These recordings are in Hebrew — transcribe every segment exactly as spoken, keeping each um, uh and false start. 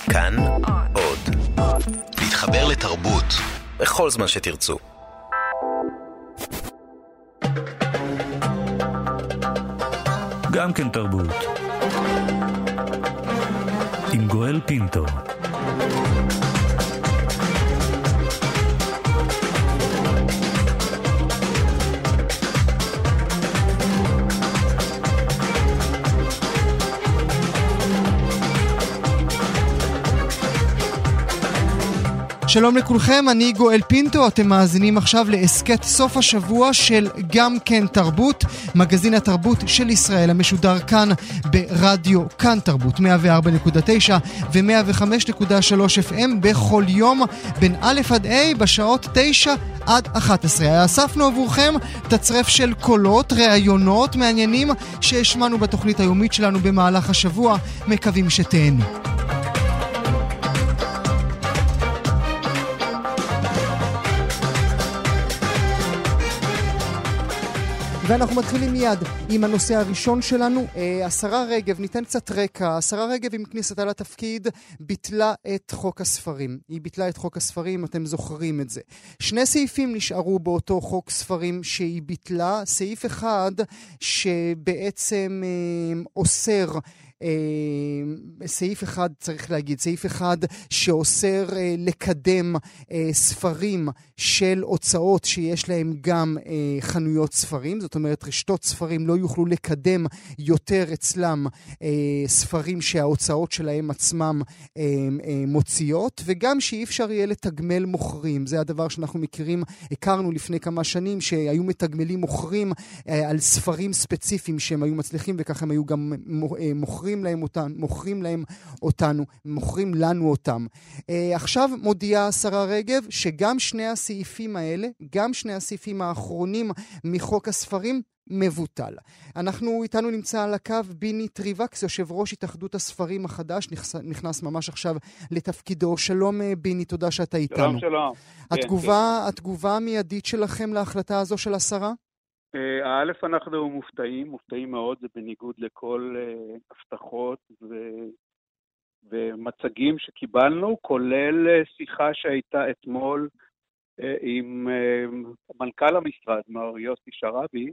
כאן עוד. להתחבר לתרבות בכל זמן שתרצו. גם כן תרבות. עם גואל פינטו. שלום לכולכם, אני גואל פינטו, אתם מאזינים עכשיו לעסקת סוף השבוע של גם כן תרבות, מגזין התרבות של ישראל המשודר כאן ברדיו כאן תרבות מאה וארבע נקודה תשע ו-מאה וחמש נקודה שלוש אף אם בכל יום בין א' עד ה' בשעות תשע עד אחת עשרה. אספנו עבורכם תצרף של קולות, ראיונות מעניינים שהשמענו בתוכנית היומית שלנו במהלך השבוע, מקווים שתהנו. ואנחנו מתחילים מיד עם הנושא הראשון שלנו. השרה רגב, ניתן קצת רקע. השרה רגב עם כניסתה לתפקיד ביטלה את חוק הספרים. היא ביטלה את חוק הספרים, אתם זוכרים את זה. שני סעיפים נשארו באותו חוק ספרים שהיא ביטלה. סעיף אחד שבעצם אה, אוסר... Uh, סעיף אחד צריך להגיד, סעיף אחד שאוסר uh, לקדם uh, ספרים של הוצאות שיש להם גם uh, חנויות ספרים, זאת אומרת רשתות ספרים לא יוכלו לקדם יותר אצלם uh, ספרים שההוצאות שלהם עצמם uh, uh, מוציאות, וגם שאי אפשר יהיה לתגמל מוכרים. זה הדבר שאנחנו מכירים, הכרנו לפני כמה שנים שהיו מתגמלים מוכרים uh, על ספרים ספציפיים שהם היו מצליחים, וכך הם היו גם מוכרים להם אותן, מוכרים להם אותנו, מוכרים לנו אותם. Uh, עכשיו מודיעה השרה רגב שגם שני הסעיפים האלה, גם שני הסעיפים האחרונים מחוק הספרים מבוטל. אנחנו איתנו נמצא על הקו ביני טריבקס, יושב ראש התאחדות הספרים החדש, נכנס, נכנס ממש עכשיו לתפקידו. שלום ביני, תודה שאתה איתנו. שלום, שלום. התגובה, התגובה המיידית שלכם להחלטה הזו של השרה? א', אנחנו מופתעים, מופתעים מאוד, זה בניגוד לכל uh, הבטחות ו- ומצגים שקיבלנו, כולל uh, שיחה שהייתה אתמול uh, עם uh, מנכ"ל המשרד, מר יוסי שרבי,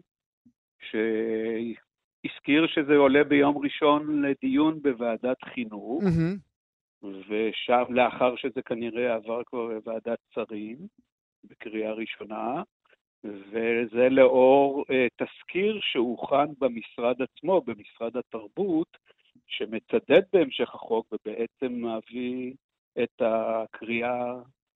שהזכיר שזה עולה ביום ראשון לדיון בוועדת חינוך, mm-hmm. ושם לאחר שזה כנראה עבר כבר בוועדת שרים, בקריאה ראשונה, וזה לאור uh, תזכיר שהוכן במשרד עצמו, במשרד התרבות, שמצדד בהמשך החוק ובעצם מביא את הקריאה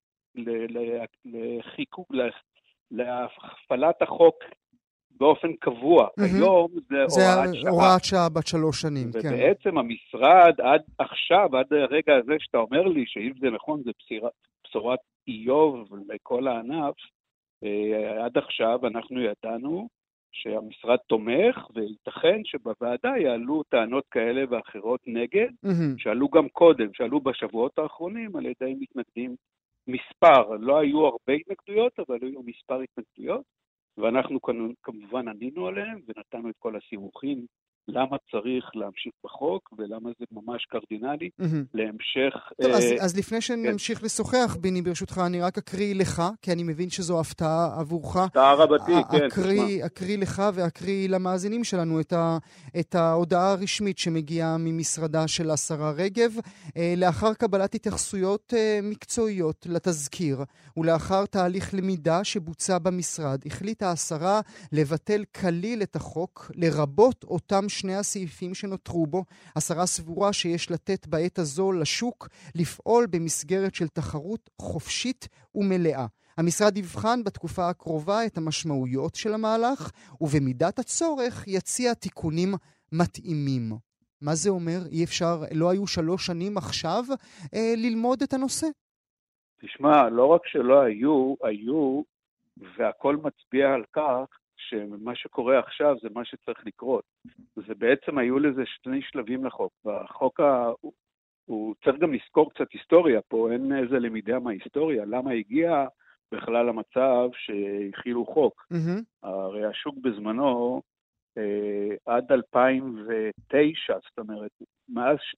לחיקוק, להפעלת החוק באופן קבוע. Mm-hmm. היום זה, זה הוראת שעה. הוראת שעה בת שלוש שנים. ובעצם כן. המשרד עד עכשיו, עד הרגע הזה שאתה אומר לי, שאם זה נכון, זה בשירה, בשורת איוב לכל הענף, עד עכשיו אנחנו ידענו שהמשרד תומך, וייתכן שבוועדה יעלו טענות כאלה ואחרות נגד, mm-hmm. שעלו גם קודם, שעלו בשבועות האחרונים על ידי מתנגדים מספר. לא היו הרבה התנגדויות, אבל היו מספר התנגדויות, ואנחנו כמובן ענינו עליהם, ונתנו את כל הסימוכים, למה צריך להמשיך בחוק, ולמה זה ממש קרדינלי, mm-hmm. להמשך... טוב, uh, אז, אז לפני שנמשיך כן. לשוחח, ביני, ברשותך, אני רק אקריא לך, כי אני מבין שזו הפתעה עבורך. הפתעה רבתי, כן. אקריא, אקריא לך ואקריא למאזינים שלנו את, ה, את ההודעה הרשמית שמגיעה ממשרדה של השרה רגב, uh, לאחר קבלת התייחסויות uh, מקצועיות לתזכיר, ולאחר תהליך למידה שבוצע במשרד, החליטה השרה לבטל כליל את החוק, לרבות אותם שני הסעיפים שנותרו בו. השרה סבורה שיש לתת בעת הזו לשוק לפעול במסגרת של תחרות חופשית ומלאה. המשרד יבחן בתקופה הקרובה את המשמעויות של המהלך, ובמידת הצורך יציע תיקונים מתאימים. מה זה אומר? אי אפשר, לא היו שלוש שנים עכשיו אה, ללמוד את הנושא? תשמע, לא רק שלא היו, היו, והכל מצביע על כך, שמה שקורה עכשיו זה מה שצריך לקרות. זה בעצם היו לזה שני שלבים לחוק. והחוק ה... הוא צריך גם לזכור קצת היסטוריה פה, אין איזה למידה מההיסטוריה. למה הגיע בכלל המצב שהחילו חוק? Mm-hmm. הרי השוק בזמנו, אה, עד אלפיים ותשע, זאת אומרת, מאז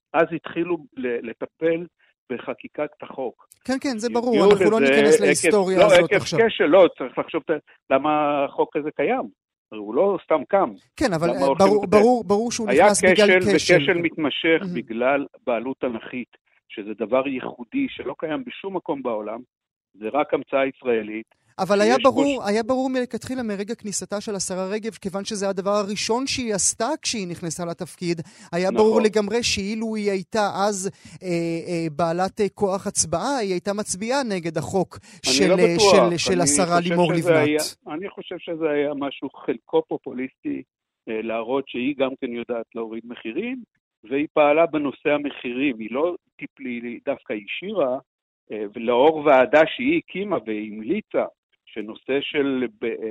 אז התחילו לטפל בחקיקת החוק. כן, כן, זה ברור, אנחנו לא ניכנס להיסטוריה לא, הזאת עכשיו. לא, עקב כשל, לא, צריך לחשוב למה החוק הזה קיים. הוא לא סתם קם. כן, אבל ברור, ברור, ברור שהוא נכנס בגלל כשל. היה כשל וכשל מתמשך mm-hmm. בגלל בעלות תנכית, שזה דבר ייחודי שלא קיים בשום מקום בעולם, זה רק המצאה ישראלית. אבל היה ברור, היה ברור מלכתחילה מרגע כניסתה של השרה רגב, כיוון שזה הדבר הראשון שהיא עשתה כשהיא נכנסה לתפקיד, היה נכון. ברור לגמרי שאילו היא הייתה אז אה, אה, בעלת כוח הצבעה, היא הייתה מצביעה נגד החוק של, לא של, של השרה לימור לבנת. היה, אני חושב שזה היה משהו חלקו פופוליסטי, אה, להראות שהיא גם כן יודעת להוריד מחירים, והיא פעלה בנושא המחירים, היא לא טיפלי, דווקא ישירה, אה, ולאור ועדה שהיא הקימה והמליצה, שנושא של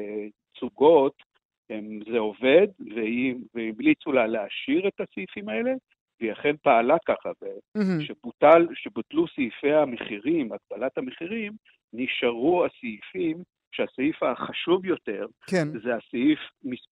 צוגות, זה עובד, והמליצו לה להשאיר את הסעיפים האלה, והיא אכן פעלה ככה, שבוטל, שבוטלו סעיפי המחירים, הגבלת המחירים, נשארו הסעיפים, שהסעיף החשוב יותר, כן. זה הסעיף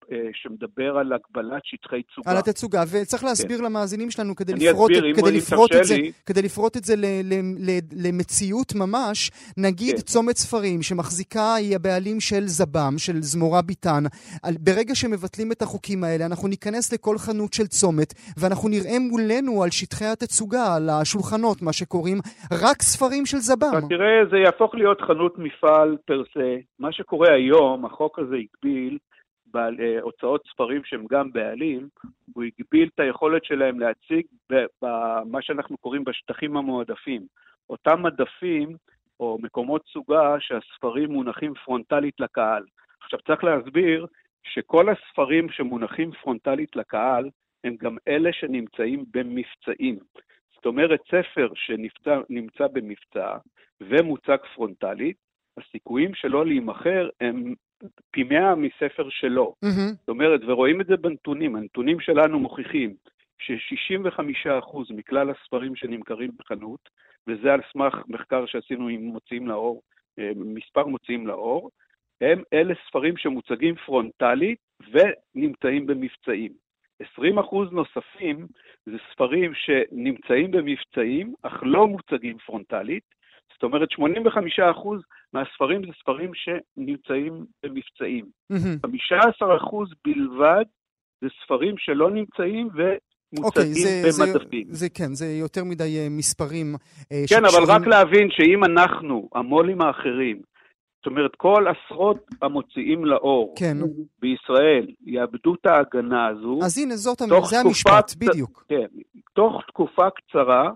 שמדבר על הגבלת שטחי צוגה. על התצוגה, וצריך להסביר כן. למאזינים שלנו כדי לפרוט, אסביר, כדי לפרוט את זה, לי... כדי לפרוט את זה ל, ל, ל, למציאות ממש, נגיד כן. צומת ספרים שמחזיקה היא הבעלים של זבם, של זמורה ביטן, ברגע שמבטלים את החוקים האלה, אנחנו ניכנס לכל חנות של צומת, ואנחנו נראה מולנו על שטחי התצוגה, על השולחנות, מה שקוראים, רק ספרים של זבם. תראה, זה יהפוך להיות חנות מפעל פרסה, מה שקורה היום, החוק הזה הגביל בהוצאות ספרים שהם גם בעלים, הוא הגביל את היכולת שלהם להציג במה שאנחנו קוראים בשטחים המועדפים. אותם מדפים או מקומות סוגה שהספרים מונחים פרונטלית לקהל. עכשיו צריך להסביר שכל הספרים שמונחים פרונטלית לקהל הם גם אלה שנמצאים במבצעים. זאת אומרת, ספר שנמצא במבצע ומוצג פרונטלית, הסיכויים שלו להימחר הם פי מאה מספר שלו. Mm-hmm. זאת אומרת, ורואים את זה בנתונים, הנתונים שלנו מוכיחים ש-שישים וחמישה אחוז מכלל הספרים שנמכרים בחנות, וזה על סמך מחקר שעשינו עם מוציאים לאור, מספר מוציאים לאור, הם אלה ספרים שמוצגים פרונטלית ונמצאים במבצעים. עשרים אחוז נוספים זה ספרים שנמצאים במבצעים, אך לא מוצגים פרונטלית, זאת אומרת, שמונים וחמישה אחוז מהספרים זה ספרים שנמצאים במבצעים. Mm-hmm. חמישה עשר אחוז בלבד זה ספרים שלא נמצאים ומוצגים okay, זה, במדפים. זה, זה כן, זה יותר מדי מספרים. כן, שקשורים... אבל רק להבין שאם אנחנו, המולים האחרים, זאת אומרת, כל עשרות המוציאים לאור כן. בישראל יאבדו את ההגנה הזו. אז הנה, זאת, זה המשפט, בדיוק. כן, תוך תקופה קצרה,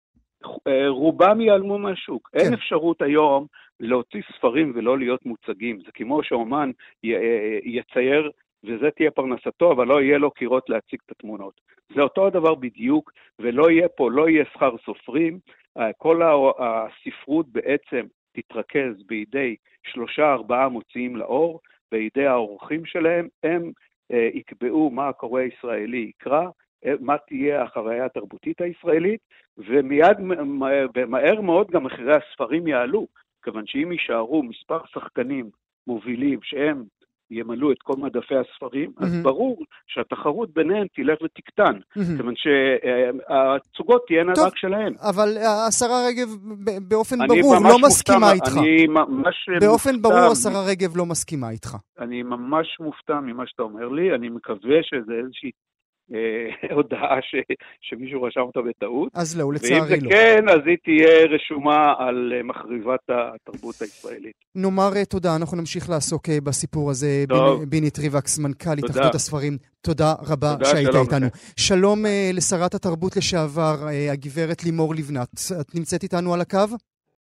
רובם ייעלמו מהשוק. כן. אין אפשרות היום להוציא ספרים ולא להיות מוצגים. זה כמו שאומן יצייר, וזה תהיה פרנסתו, אבל לא יהיה לו קירות להציג את התמונות. זה אותו הדבר בדיוק, ולא יהיה פה, לא יהיה שכר סופרים. כל הספרות בעצם תתרכז בידי שלושה ארבעה מוציאים לאור, בידי האורחים שלהם, הם יקבעו מה הקורא הישראלי יקרא, מה תהיה החוויה התרבותית הישראלית, ומיד, מהר מאוד גם מחירי הספרים יעלו, כיוון שאם יישארו מספר שחקנים מובילים שהם ימלאו את כל מדפי הספרים, mm-hmm. אז ברור שהתחרות ביניהם תלך ותקטן, mm-hmm. כיוון שהצוגות תהיינה טוב, רק שלהם. אבל השרה רגב באופן ברור לא מסכימה איתך. אני ממש באופן מופתע, ברור השרה רגב לא מסכימה איתך. אני ממש מופתע ממה שאתה אומר לי, אני מקווה שזה איזושהי הודעה ש, שמישהו רשם אותה בטעות. אז לא, לצערי לא. ואם זה כן, אז היא תהיה רשומה על מחריבת התרבות הישראלית. נאמר תודה, אנחנו נמשיך לעסוק בסיפור הזה. ביני טריווקס, מנכ"ל התאחדות הספרים. תודה רבה תודה, שהיית שלום איתנו. לכם. שלום לשרת התרבות לשעבר, הגברת לימור לבנת. את נמצאת איתנו על הקו?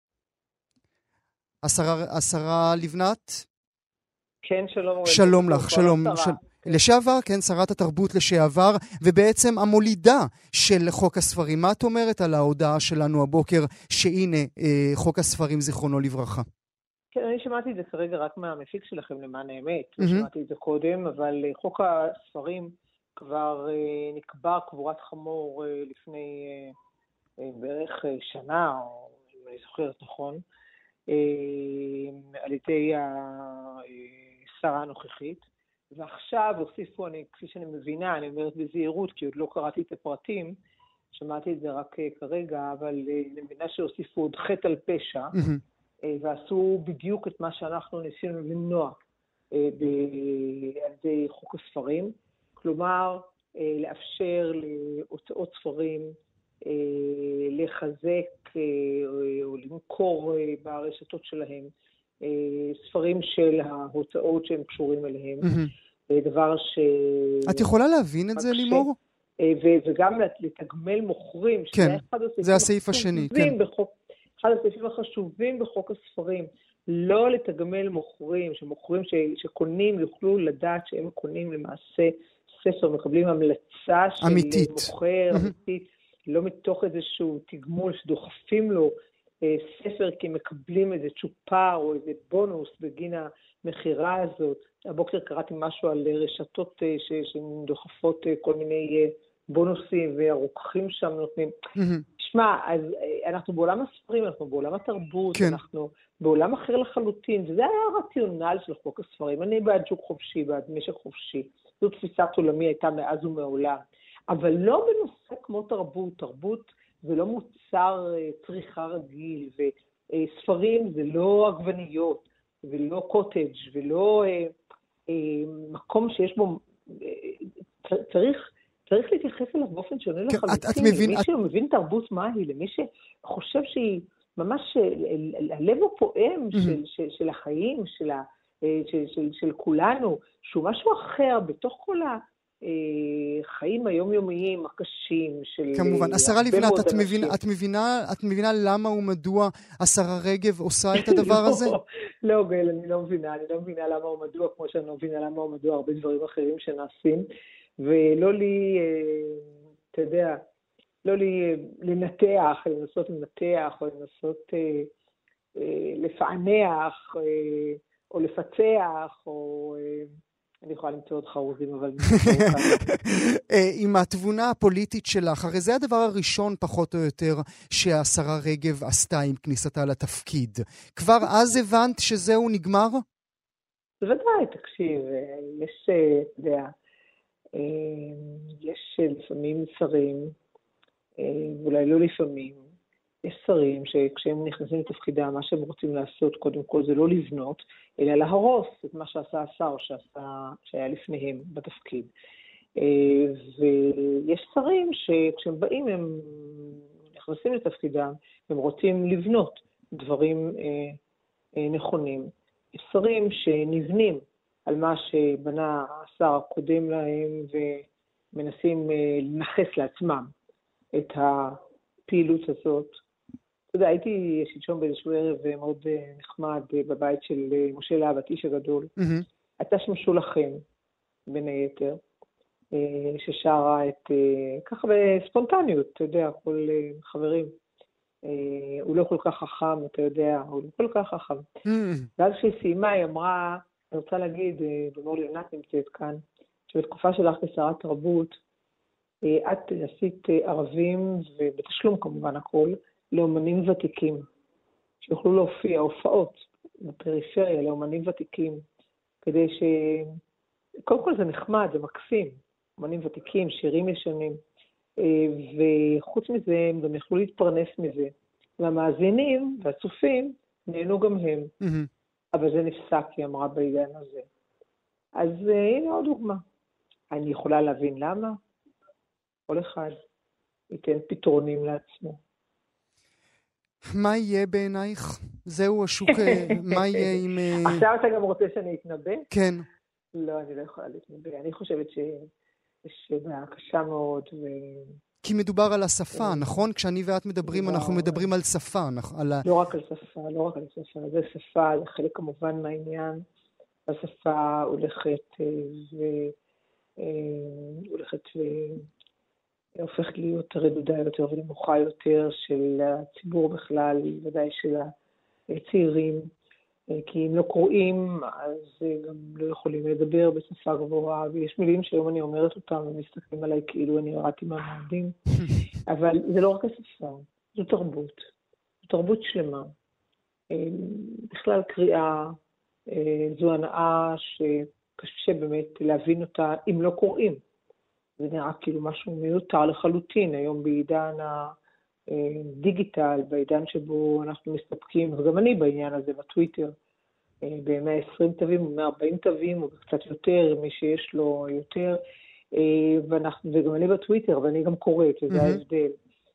השרה, השרה לבנת? כן, שלום. שלום לך, שלום. של... לשעבר, כן, שרת התרבות לשעבר, ובעצם המולידה של חוק הספרים. מה את אומרת על ההודעה שלנו הבוקר, שהנה אה, חוק הספרים זיכרונו לברכה? כן, אני שמעתי את זה כרגע רק מהמפיק שלכם למען האמת, mm-hmm. שמעתי את זה קודם, אבל חוק הספרים כבר אה, נקבע קבורת חמור אה, לפני אה, אה, בערך אה, שנה, או אם אני זוכרת נכון, אה, על ידי השרה הנוכחית. ועכשיו הוסיפו, אני, כפי שאני מבינה, אני אומרת בזהירות, כי עוד לא קראתי את הפרטים, שמעתי את זה רק כרגע, אבל אני מבינה שהוסיפו עוד חטא על פשע, ועשו בדיוק את מה שאנחנו ניסינו למנוע על ידי חוק הספרים, כלומר, לאפשר להוצאות ספרים, לחזק או למכור ברשתות שלהם, ספרים של ההוצאות שהם קשורים אליהם, דבר ש... את יכולה להבין את זה, לימור? וגם לתגמל מוכרים. כן, זה הסעיף השני, כן. אחד הסעיפים החשובים בחוק הספרים, לא לתגמל מוכרים, שמוכרים שקונים יוכלו לדעת שהם קונים למעשה ספר, מקבלים המלצה של אמיתית. מוכר, אמיתית, לא מתוך איזשהו תגמול שדוחפים לו ספר כי מקבלים איזה צ'ופר או איזה בונוס בגין המחירה הזאת. הבוקר קראתי משהו על רשתות שדוחפות כל מיני בונוסים והרוקחים שם נותנים. תשמע, אז אנחנו בעולם הספרים, אנחנו בעולם התרבות, כן. אנחנו בעולם אחר לחלוטין, וזה היה הרציונל של חוק הספרים. אני בעד שוק חופשי, בעד משק חופשי. זו תפיסת עולמי הייתה מאז ומעולם. אבל לא בנושא כמו תרבות. תרבות זה לא מוצר צריכה רגיל, וספרים זה לא עגבניות, ולא קוטג' ולא אה, אה, מקום שיש בו, אה, צריך, צריך להתייחס אליו באופן שונה כן, לחלוטין. את, את מבין, למי את... שמבין תרבות מה היא, למי שחושב שהיא ממש הלב הפועם mm-hmm. של, של, של החיים, של, ה, של, של, של כולנו, שהוא משהו אחר בתוך כל ה... חיים היומיומיים הקשים של... כמובן. השרה לבנת, את מבינה, את מבינה, את מבינה למה ומדוע השרה רגב עושה את הדבר הזה? לא, גל, אני לא מבינה. אני לא מבינה למה ומדוע, כמו שאני לא מבינה למה ומדוע הרבה דברים אחרים שנעשים. ולא לי, אתה יודע, לא לי לנתח, לנסות לנתח, או לנסות לפענח, או לפצח, או... אני יכולה למצוא עוד חרוזים, אבל... עם התבונה הפוליטית שלך, הרי זה הדבר הראשון פחות או יותר שהשרה רגב עשתה עם כניסתה לתפקיד. כבר אז הבנת שזהו נגמר? בוודאי, תקשיב, יש, אתה יודע, יש לפעמים שרים, אולי לא לפעמים, יש שרים שכשהם נכנסים לתפקידה, מה שהם רוצים לעשות, קודם כל, זה לא לבנות, אלא להרוס את מה שעשה השר שעשה, שהיה לפניהם בתפקיד. ויש שרים שכשהם באים, הם נכנסים לתפקידם, הם רוצים לבנות דברים נכונים. יש שרים שנבנים על מה שבנה השר הקודם להם, ומנסים לנחס לעצמם את הפעילות הזאת. אתה יודע, הייתי שלשום באיזשהו ערב מאוד נחמד בבית של משה להב, איש הגדול. הייתה שם שולחן, בין היתר, ששרה את, ככה בספונטניות, אתה יודע, כל חברים. הוא לא כל כך חכם, אתה יודע, הוא לא כל כך חכם. ואז כשהיא סיימה, היא אמרה, אני רוצה להגיד, במור ליונת נמצאת כאן, שבתקופה שלך כשרת תרבות, את עשית ערבים, ובתשלום כמובן הכל, לאומנים ותיקים, שיוכלו להופיע הופעות בפריפריה, לאומנים ותיקים, כדי ש... קודם כל זה נחמד, זה מקסים, אומנים ותיקים, שירים ישנים, וחוץ מזה הם גם יכלו להתפרנס מזה. והמאזינים והצופים נהנו גם הם. Mm-hmm. אבל זה נפסק, היא אמרה בעידן הזה. אז הנה עוד דוגמה. אני יכולה להבין למה? כל אחד ייתן פתרונים לעצמו. מה יהיה בעינייך? זהו השוק, מה יהיה עם... עכשיו אתה גם רוצה שאני אתנבא? כן. לא, אני לא יכולה להתנבא. אני חושבת שיש בעיה קשה מאוד. ו... כי מדובר על השפה, נכון? כשאני ואת מדברים, אנחנו מדברים על שפה. לא רק על שפה, לא רק על שפה. זה שפה, זה חלק כמובן מהעניין. השפה הולכת ו... הולכת ו... הופכת להיות רדודה יותר ונמוכה יותר של הציבור בכלל, ודאי של הצעירים, כי אם לא קוראים, אז גם לא יכולים לדבר בשפה גבוהה, ויש מילים שהיום אני אומרת אותם, ומסתכלים עליי כאילו אני הורדתי מהמועדים, אבל זה לא רק השפה, זו תרבות, זו תרבות שלמה. בכלל קריאה, זו הנאה שקשה באמת להבין אותה אם לא קוראים. זה נראה כאילו משהו מיותר לחלוטין, היום בעידן הדיגיטל, בעידן שבו אנחנו מסתפקים, וגם אני בעניין הזה בטוויטר, ב-מאה ועשרים תווים או מאה וארבעים תווים, או קצת יותר, מי שיש לו יותר, ואנחנו, וגם אני בטוויטר, ואני גם קוראת, וזה ההבדל.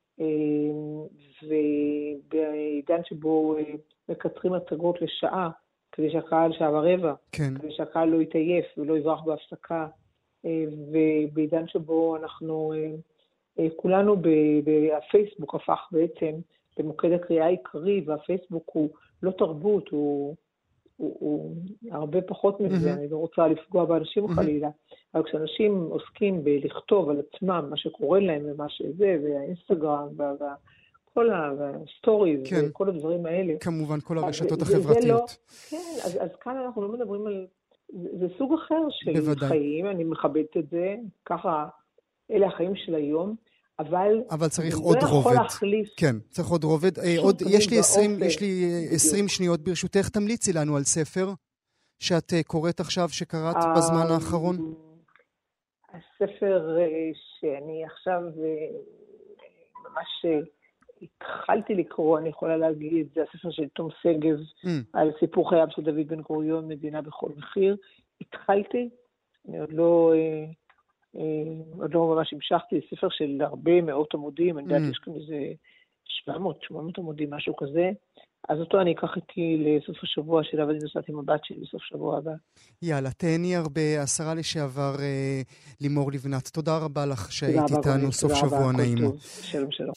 ובעידן שבו מקצרים הצגות לשעה, כדי שהקהל שעה ורבע, כן. כדי שהקהל לא יתעייף ולא יברח בהפסקה, ובעידן שבו אנחנו, כולנו, בפייסבוק הפך בעצם למוקד הקריאה העיקרי, והפייסבוק הוא לא תרבות, הוא, הוא, הוא הרבה פחות מזה, mm-hmm. אני לא רוצה לפגוע באנשים mm-hmm. חלילה, אבל כשאנשים עוסקים בלכתוב על עצמם, מה שקורה להם ומה שזה, והאינסטגרם, וה... כל הסטוריז כן. וכל הדברים האלה. כמובן, כל הרשתות החברתיות. לא, כן, אז, אז כאן אנחנו לא מדברים על... זה, זה סוג אחר של בוודאי. חיים, אני מכבדת את זה, ככה, אלה החיים של היום, אבל... אבל צריך עוד רובד. כן, צריך עוד רובד. אה, עוד, יש לי עשרים, יש לי עשרים שניות ברשותך, תמליצי לנו על ספר שאת קוראת עכשיו, שקראת בזמן האחרון. הספר שאני עכשיו ממש... התחלתי לקרוא, אני יכולה להגיד, זה הספר של תום סגב, mm. על סיפור חייו של דוד בן גוריון, מדינה בכל מחיר. התחלתי, אני עוד לא, אה, אה, עוד לא ממש המשכתי, ספר של הרבה מאות עמודים, mm. אני יודעת, יש כאן איזה שבע מאות, שמונה מאות עמודים, משהו כזה. אז אותו אני אקח איתי לסוף השבוע שלה, ואני נוסעת עם הבת שלי בסוף שבוע הבא. יאללה, תהני הרבה, השרה לשעבר אה, לימור לבנת. תודה רבה לך שהיית איתנו, סוף שבוע נעים. שלום שלום.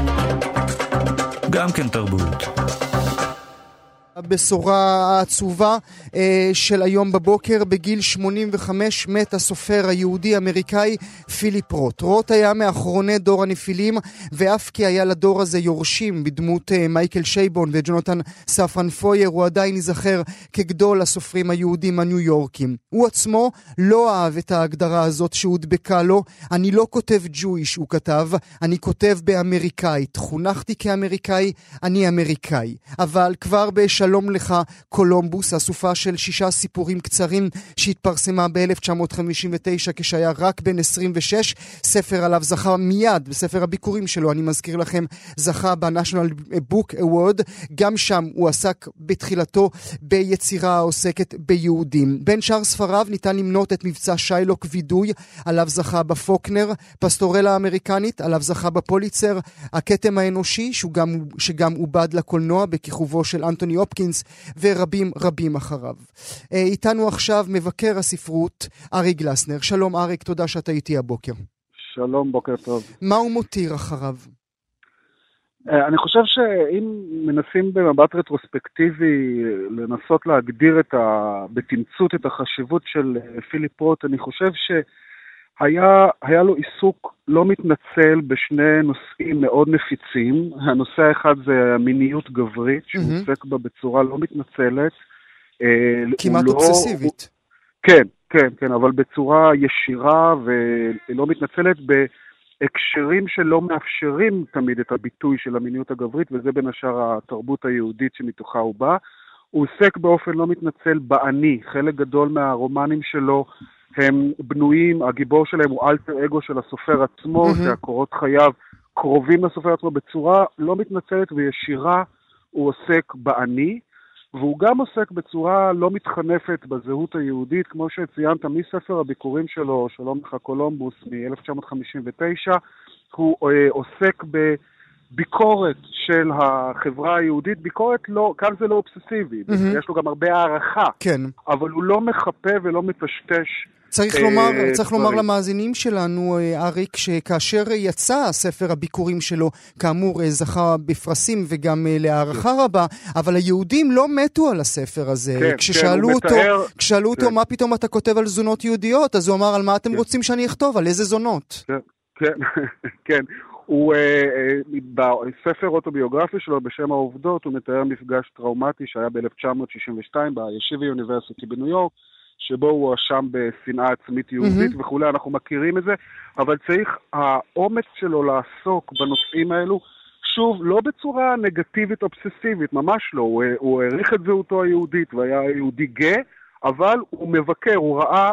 גם כן תרבות. הבשורה העצובה אה, של היום בבוקר, בגיל שמונים וחמש מת הסופר היהודי-אמריקאי פיליפ רוט. רוט היה מאחרוני דור הנפילים, ואף כי היה לדור הזה יורשים בדמות אה, מייקל שייבון וג'ונתן ספרן פויר, הוא עדיין ייזכר כגדול הסופרים היהודים הניו יורקים. הוא עצמו לא אהב את ההגדרה הזאת שהודבקה לו. אני לא כותב ג'ויש, הוא כתב, אני כותב באמריקאית. חונכתי כאמריקאי, אני אמריקאי. אבל כבר בשלום שלום לך קולומבוס, אסופה של שישה סיפורים קצרים שהתפרסמה ב-אלף תשע מאות חמישים ותשע כשהיה רק בן עשרים ושש, ספר עליו זכה מיד בספר הביקורים שלו, אני מזכיר לכם, זכה ב-National Book Award. גם שם הוא עסק בתחילתו ביצירה העוסקת ביהודים. בין שאר ספריו ניתן למנות את מבצע שיילוק וידוי, עליו זכה בפוקנר, פסטורלה האמריקנית, עליו זכה בפוליצר, הכתם האנושי שגם, שגם עובד לקולנוע בכיכובו של אנטוני הופקינס, ורבים רבים אחריו. איתנו עכשיו מבקר הספרות אריק גלסנר. שלום אריק, תודה שאתה איתי הבוקר. שלום, בוקר טוב. מה הוא מותיר אחריו? אני חושב שאם מנסים במבט רטרוספקטיבי לנסות להגדיר את ה... בתמצות את החשיבות של פיליפ רוט, אני חושב שהיה היה לו עיסוק לא מתנצל בשני נושאים מאוד נפיצים. הנושא האחד זה המיניות גברית, שהוא mm-hmm. עוסק בה בצורה לא מתנצלת. כמעט לא... אובססיבית. כן, כן, כן, אבל בצורה ישירה ולא מתנצלת בהקשרים שלא מאפשרים תמיד את הביטוי של המיניות הגברית, וזה בין השאר התרבות היהודית שמתוכה הוא בא. הוא עוסק באופן לא מתנצל בעני. חלק גדול מהרומנים שלו הם בנויים, הגיבור שלהם הוא אלטר אגו של הסופר עצמו, mm-hmm. שהקורות חייו קרובים לסופר עצמו בצורה לא מתנצלת וישירה. הוא עוסק בעני, והוא גם עוסק בצורה לא מתחנפת בזהות היהודית, כמו שציינת מספר הביקורים שלו, שלום לך קולומבוס מ-אלף תשע מאות חמישים ותשע, הוא אה, עוסק בביקורת של החברה היהודית, ביקורת לא, כאן זה לא אובססיבי, mm-hmm. יש לו גם הרבה הערכה, כן. אבל הוא לא מחפה ולא מפשטש. צריך לומר, צריך לומר למאזינים שלנו, אריק, שכאשר יצא ספר הביקורים שלו, כאמור זכה בפרסים וגם להערכה רבה, אבל היהודים לא מתו על הספר הזה. כן, כששאלו כן, אותו, מתאר... כששאלו אותו, כן. מה פתאום אתה כותב על זונות יהודיות? אז הוא אמר, על מה אתם כן. רוצים שאני אכתוב? על איזה זונות? כן, כן, כן. הוא, בספר אוטוביוגרפי שלו בשם העובדות, הוא מתאר מפגש טראומטי שהיה ב-אלף תשע מאות שישים ושתיים בישיבה יוניברסיטי בניו יורק, שבו הוא הואשם בשנאה עצמית יהודית mm-hmm. וכולי, אנחנו מכירים את זה, אבל צריך האומץ שלו לעסוק בנושאים האלו, שוב, לא בצורה נגטיבית אובססיבית, ממש לא, הוא, הוא העריך את זהותו היהודית והיה יהודי גאה, אבל הוא מבקר, הוא ראה,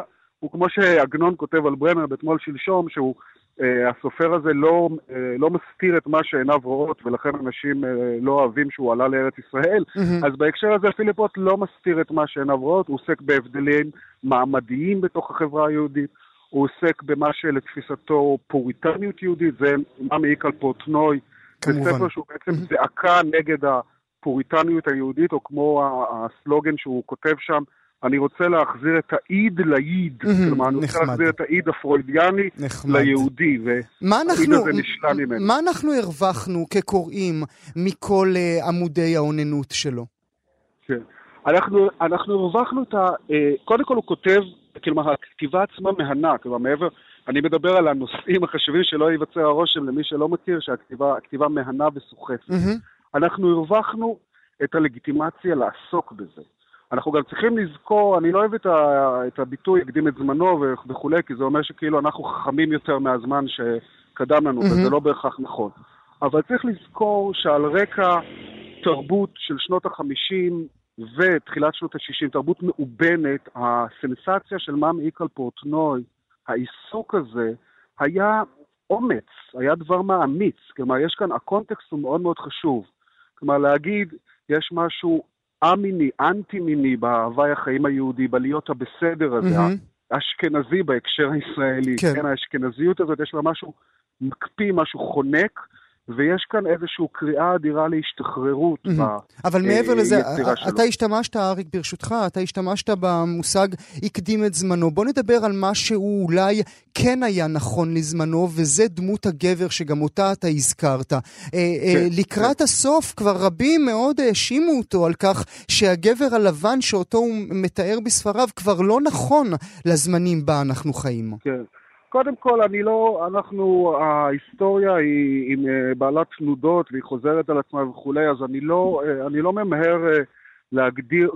הוא כמו שעגנון כותב על ברנר בתמול שלשום, שהוא, אה, הסופר הזה לא, אה, לא מסתיר את מה שעיניו רואות, ולכן אנשים אה, לא אוהבים שהוא עלה לארץ ישראל. Mm-hmm. אז בהקשר הזה פיליפ רוט לא מסתיר את מה שעיניו רואות, הוא עוסק בהבדלים מעמדיים בתוך החברה היהודית, הוא עוסק במה שלתפיסתו פוריטניות יהודית, זה מה מעיק על פורטנוי, בספר שהוא בעצם mm-hmm. זעקה נגד הפוריטניות היהודית, או כמו הסלוגן שהוא כותב שם, אני רוצה להחזיר את העיד ליד, mm-hmm, כלומר, אני רוצה להחזיר את העיד הפרוידיאני נחמד. ליהודי, והעיד הזה נשלה ממנו. מה אנחנו הרווחנו כקוראים מכל uh, עמודי העוננות שלו? כן, אנחנו, אנחנו הרווחנו את ה... Uh, קודם כל הוא כותב, כלומר, הכתיבה עצמה מהנה, כלומר, מעבר, אני מדבר על הנושאים החשובים שלא ייווצר הרושם למי שלא מכיר, שהכתיבה מהנה וסוחפת. Mm-hmm. אנחנו הרווחנו את הלגיטימציה לעסוק בזה. אנחנו גם צריכים לזכור, אני לא אוהב את, ה, את הביטוי, הקדים את זמנו וכו', כי זה אומר שכאילו אנחנו חכמים יותר מהזמן שקדם לנו, mm-hmm. וזה לא בהכרח נכון. אבל צריך לזכור שעל רקע תרבות של שנות החמישים ותחילת שנות השישים, תרבות מאובנת, הסנסציה של מה מעיק על פורטנוי, העיסוק הזה, היה אומץ, היה דבר מאמיץ. כלומר, יש כאן, הקונטקסט הוא מאוד מאוד חשוב. כלומר, להגיד, יש משהו אמיני, אנטי-מיני בהווי החיים היהודי, בלהיות הבסדר הזה, mm-hmm. האשכנזי בהקשר הישראלי. כן. כן, האשכנזיות הזאת, יש לה משהו מקפיא, משהו חונק, ויש כאן איזושהי קריאה אדירה להשתחררות. Mm-hmm. ב- אבל מעבר אה, לזה, שלו. אתה השתמשת, אריק, ברשותך, אתה השתמשת במושג הקדים את זמנו. בוא נדבר על מה שהוא אולי כן היה נכון לזמנו, וזה דמות הגבר שגם אותה אתה הזכרת. כן, לקראת כן. הסוף כבר רבים מאוד האשימו אותו על כך שהגבר הלבן שאותו הוא מתאר בספריו כבר לא נכון לזמנים בה אנחנו חיים. כן. קודם כל, אני לא, אנחנו, ההיסטוריה היא, היא בעלת תנודות והיא חוזרת על עצמה וכולי, אז אני לא, אני לא ממהר להגדיר,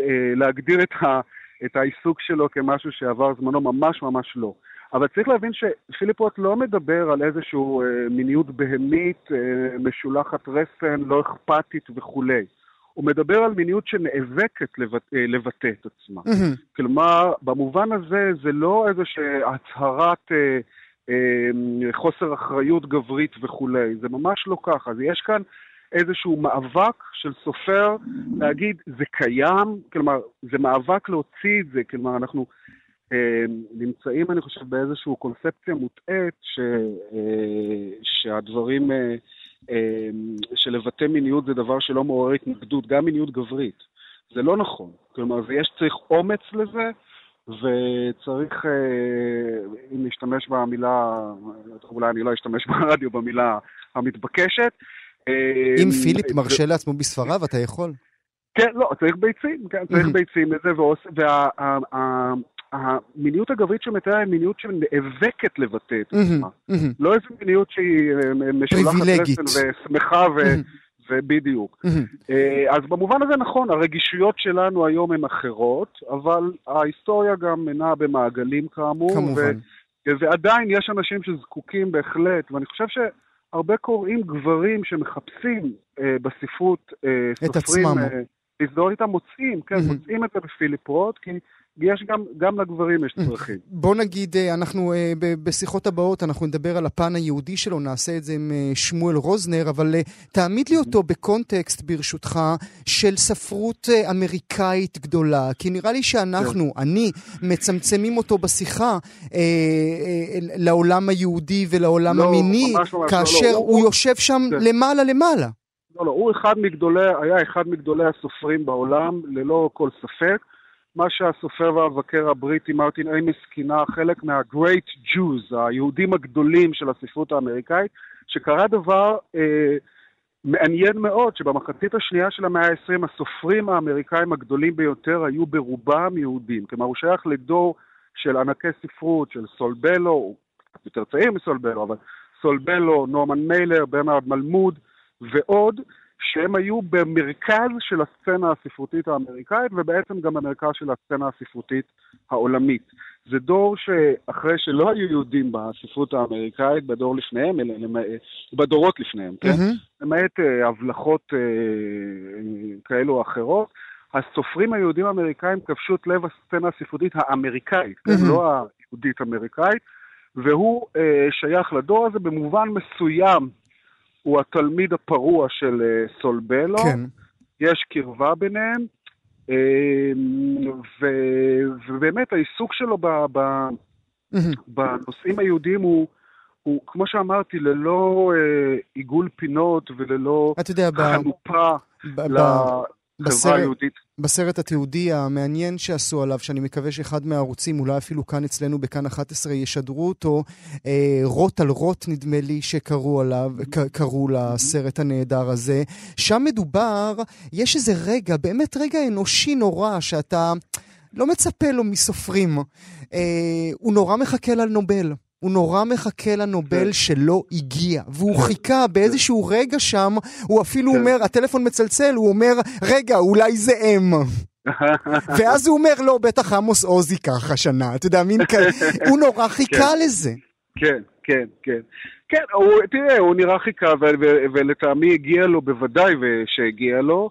להגדיר את, ה, את העיסוק שלו כמשהו שעבר זמנו, ממש ממש לא. אבל צריך להבין שפיליפ רוט לא מדבר על איזשהו מיניות בהמית, משולחת רסן, לא אכפתית וכולי. הוא מדבר על מיניות שנאבקת לבט... לבטא את עצמה. Mm-hmm. כלומר, במובן הזה זה לא איזושהי הצהרת אה, אה, חוסר אחריות גברית וכולי. זה ממש לא ככה. אז יש כאן איזשהו מאבק של סופר להגיד, זה קיים, כלומר, זה מאבק להוציא את זה, כלומר, אנחנו אה, נמצאים, אני חושב, באיזשהו קונספציה מוטעת ש, אה, שהדברים... אה, שלבטא מיניות זה דבר שלא מעורר התנגדות, גם מיניות גברית. זה לא נכון. כלומר, יש צריך אומץ לזה, וצריך, אם להשתמש במילה, אולי אני לא אשתמש ברדיו במילה המתבקשת. אם פיליפ מרשה לעצמו בספריו, אתה יכול? כן, לא, צריך ביצים, כן, צריך ביצים לזה, וה... המיניות הגברית שמתאר היא מיניות שנאבקת לבטא את עצמה. לא איזו מיניות שהיא משולחת רסן ושמחה ובדיוק. אז במובן הזה נכון, הרגישויות שלנו היום הן אחרות, אבל ההיסטוריה גם אינה במעגלים כאמור. כמובן. ועדיין יש אנשים שזקוקים בהחלט, ואני חושב שהרבה קוראים גברים שמחפשים בספרות סופרים, להזדהות איתם מוצאים, כן, מוצאים את זה בפיליפ רוט, כי יש גם, גם לגברים יש צרכים. בוא נגיד, אנחנו בשיחות הבאות, אנחנו נדבר על הפן היהודי שלו, נעשה את זה עם שמואל רוזנר, אבל תעמיד לי אותו בקונטקסט ברשותך של ספרות אמריקאית גדולה, כי נראה לי שאנחנו, אני, מצמצמים אותו בשיחה לעולם היהודי ולעולם המיני, כאשר הוא יושב שם למעלה למעלה. לא, לא, הוא אחד מגדולי, היה אחד מגדולי הסופרים בעולם, ללא כל ספק. מה שהסופר והמבקר הבריטי מרטין איימס כינה חלק מה-Great Jews, היהודים הגדולים של הספרות האמריקאית, שקרה דבר אה, מעניין מאוד, שבמחצית השנייה של המאה ה-עשרים הסופרים האמריקאים הגדולים ביותר היו ברובם יהודים. כלומר, הוא שייך לדור של ענקי ספרות, של סולבלו, יותר צעיר מסולבלו, אבל סולבלו, נורמן מיילר, ברנרד מלמוד ועוד, שהם היו במרכז של הסצנה הספרותית האמריקאית, ובעצם גם במרכז של הסצנה הספרותית העולמית. זה דור שאחרי שלא היו יהודים בספרות האמריקאית, בדור לפניהם, אלא בדורות לפניהם, כן? למעט הבלחות כאלו או אחרות, הסופרים היהודים האמריקאים כבשו את לב הסצנה הספרותית האמריקאית, mm-hmm. לא היהודית-אמריקאית, והוא אה, שייך לדור הזה במובן מסוים, הוא התלמיד הפרוע של אה, סולבלו, כן. יש קרבה ביניהם, אה, ו, ובאמת העיסוק שלו ב, ב, mm-hmm. בנושאים היהודיים הוא, הוא, כמו שאמרתי, ללא אה, עיגול פינות וללא חנופה לחברה היהודית. בסרט התיעודי המעניין שעשו עליו, שאני מקווה שאחד מהערוצים, אולי אפילו כאן אצלנו בכאן אחת עשרה ישדרו אותו, אה, רוט על רוט נדמה לי שקראו עליו, קראו לסרט הנהדר הזה. שם מדובר, יש איזה רגע, באמת רגע אנושי נורא, שאתה לא מצפה לו מסופרים. אה, הוא נורא מחכה לנובל. הוא נורא מחכה לנובל שלא הגיע, והוא חיכה באיזשהו רגע שם, הוא אפילו אומר, הטלפון מצלצל, הוא אומר, רגע, אולי זה אם. ואז הוא אומר, לא, בטח עמוס עוזי ככה שנה, אתה יודע, מין כזה, הוא נורא חיכה לזה. כן, כן, כן. כן, תראה, הוא נראה חיכה, ולטעמי הגיע לו בוודאי שהגיע לו,